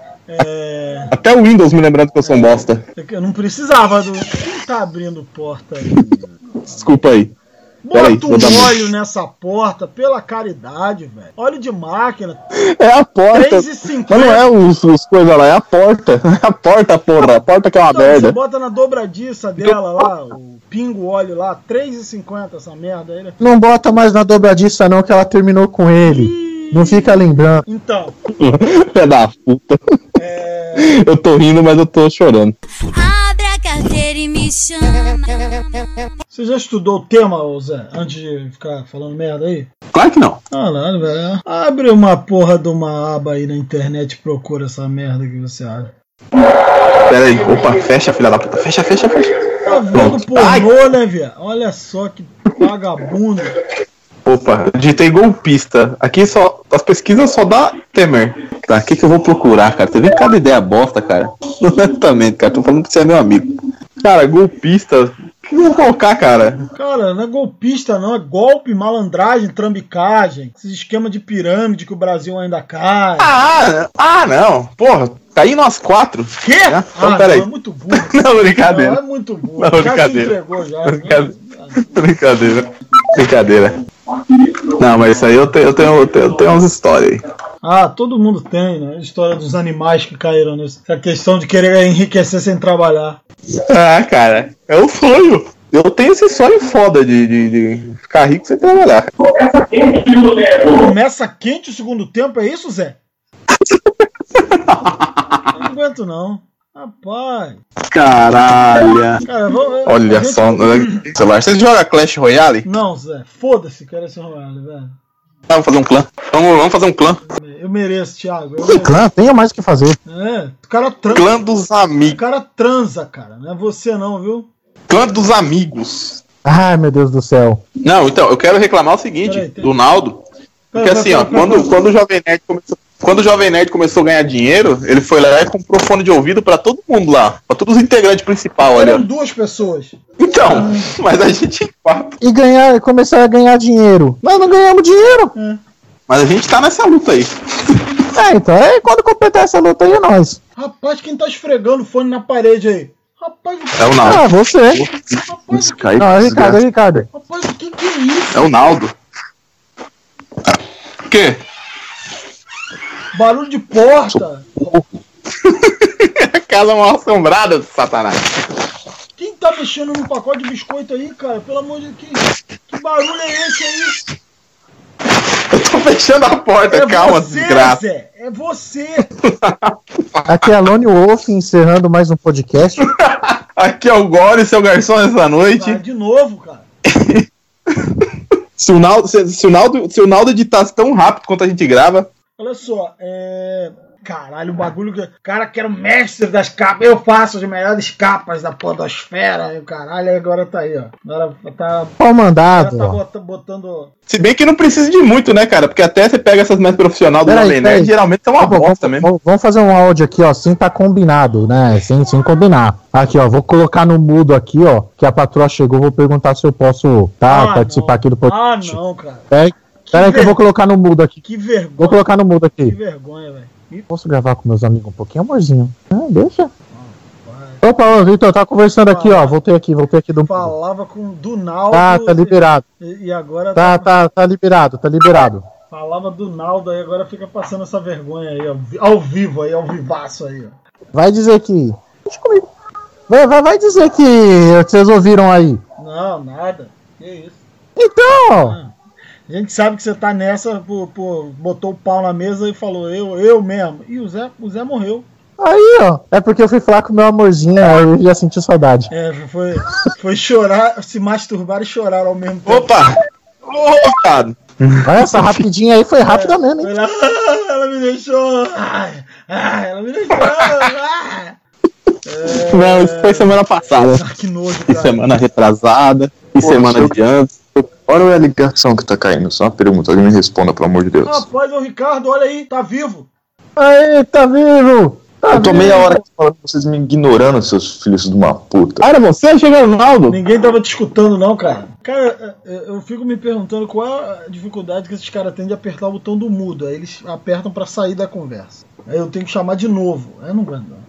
Até o Windows me lembrando que eu sou um bosta. Eu não precisava do. Quem tá abrindo porta aí? Desculpa aí. Bota um óleo nessa porta, pela caridade, velho. Óleo de máquina. É a porta. 3,50. Mas não é os coisas lá, é a porta. É a porta, porra. A porta que é uma merda. Você bota na dobradiça dela lá, o pingo óleo lá, 3,50 essa merda aí. Não bota mais na dobradiça não, que ela terminou com ele. Não fica lembrando. Então. Pé da puta. Eu tô rindo, mas eu tô chorando. Abre a carteira e me chama. Você já estudou o tema, Zé, antes de ficar falando merda aí? Claro que não. Caralho, velho. Abre uma porra de uma aba aí na internet e procura essa merda que você acha. Pera aí. Opa, fecha, filha da puta. Fecha. Tá vendo pornô, né, velho? Olha só que vagabundo. Opa, eu digitei golpista. Aqui só. As pesquisas só dá Temer. Tá, o que eu vou procurar, cara? Você vê cada ideia bosta, cara. Honestamente, cara. Tô falando que você é meu amigo. Cara, golpista. O que eu vou colocar, cara? Cara, não é golpista, não. É golpe, malandragem, trambicagem. Esse esquema de pirâmide que o Brasil ainda cai. Não. Porra, caí nós 4. Quê? Então, peraí. É muito burro. Não, brincadeira. Não, é muito burro. Não, brincadeira. Entregou já. Brincadeira. Não, mas isso aí eu tenho umas histórias aí. Todo mundo tem, né? A história dos animais que caíram nisso. A questão de querer enriquecer sem trabalhar. Cara, é um sonho. Eu tenho esse sonho foda de ficar rico sem trabalhar. Começa quente o segundo tempo, é isso, Zé? Não aguento não. Rapaz. Caralho. Cara, olha só. Você joga Clash Royale? Não, Zé. Foda-se, Clash Royale, velho. Vamos fazer um clã. Vamos fazer um clã. Eu mereço, Thiago. Clã? Tenho mais o que fazer. O cara transa. Clã dos amigos. O cara transa, cara. Não é você não, viu? Clã dos amigos. Ai, meu Deus do céu. Não, então, eu quero reclamar o seguinte, do Naldo. Porque assim, ó, quando o Jovem Nerd começou. Quando o Jovem Nerd começou a ganhar dinheiro, ele foi lá e comprou fone de ouvido pra todo mundo lá. Pra todos os integrantes principais, olha. Eram 2 pessoas. Então, mas a gente em 4. E começar a ganhar dinheiro. Nós não ganhamos dinheiro. Mas a gente tá nessa luta aí. Então, quando completar essa luta aí é nós. Rapaz, quem tá esfregando o fone na parede aí? Rapaz, é o Naldo. Você. Rapaz, não, é Ricardo. Rapaz, o que é isso? É o Naldo. O quê? Barulho de porta. Casa mal assombrada, Satanás. Quem tá mexendo no pacote de biscoito aí, cara? Pelo amor de Deus. Que barulho é esse aí? Eu tô fechando a porta, calma, desgraça. Zé, é você. Aqui é a Lone Wolf encerrando mais um podcast. Aqui é o Gore, seu garçom, essa noite. De novo, cara. Se o Naldo editasse tão rápido quanto a gente grava. Olha só, caralho, o bagulho que. Cara, que era o mestre das capas. Eu faço as melhores capas da podosfera. E o caralho, agora tá aí, ó. Agora tá. Pau mandado. Agora tá botando. Se bem que não precisa de muito, né, cara? Porque até você pega essas mais profissionais do Jovem Nerd, geralmente são uma bosta mesmo. Vamos fazer um áudio aqui, ó, sem tá combinado, né? Sem combinar. Aqui, ó, vou colocar no mudo aqui, ó, que a patroa chegou, vou perguntar se eu posso não. participar aqui do podcast. Não, cara. Pera aí que eu vou colocar no mudo aqui. Que vergonha. Vou colocar no mudo aqui. Que vergonha, velho. Posso gravar com meus amigos um pouquinho, amorzinho? Deixa. Opa, Vitor, tá conversando aqui, ó. Voltei aqui do mundo. Falava com o Dunaldo. Tá liberado. E agora tá liberado. Falava do Naldo aí, agora fica passando essa vergonha aí, ó. Ao vivo aí, ao vivaço aí, ó. Vai dizer que. Deixa comigo. Vai dizer que vocês ouviram aí. Não, nada. Que isso. Então... A gente sabe que você tá nessa, botou o pau na mesa e falou, eu mesmo. E o Zé morreu. Aí, ó. É porque eu fui falar com o meu amorzinho, aí eu já senti saudade. Foi chorar, se masturbar e chorar ao mesmo tempo. Opa! Olha, essa rapidinha aí foi rápida mesmo, hein? Ela me deixou. Ela me deixou. Não, isso foi semana passada. Que nojo, cara. E semana retrasada. E semana de antes. Qual é a ligação que tá caindo? Só uma pergunta, alguém me responda, pelo amor de Deus. Rapaz, o Ricardo, olha aí, tá vivo. Aí, tá vivo. Eu tô meia hora aqui falando, vocês me ignorando, seus filhos de uma puta. Era você, Ronaldo? Ninguém tava te escutando, não, cara. Cara, eu fico me perguntando qual é a dificuldade que esses caras têm de apertar o botão do mudo. Aí eles apertam pra sair da conversa. Aí eu tenho que chamar de novo. Aí eu não aguento, não.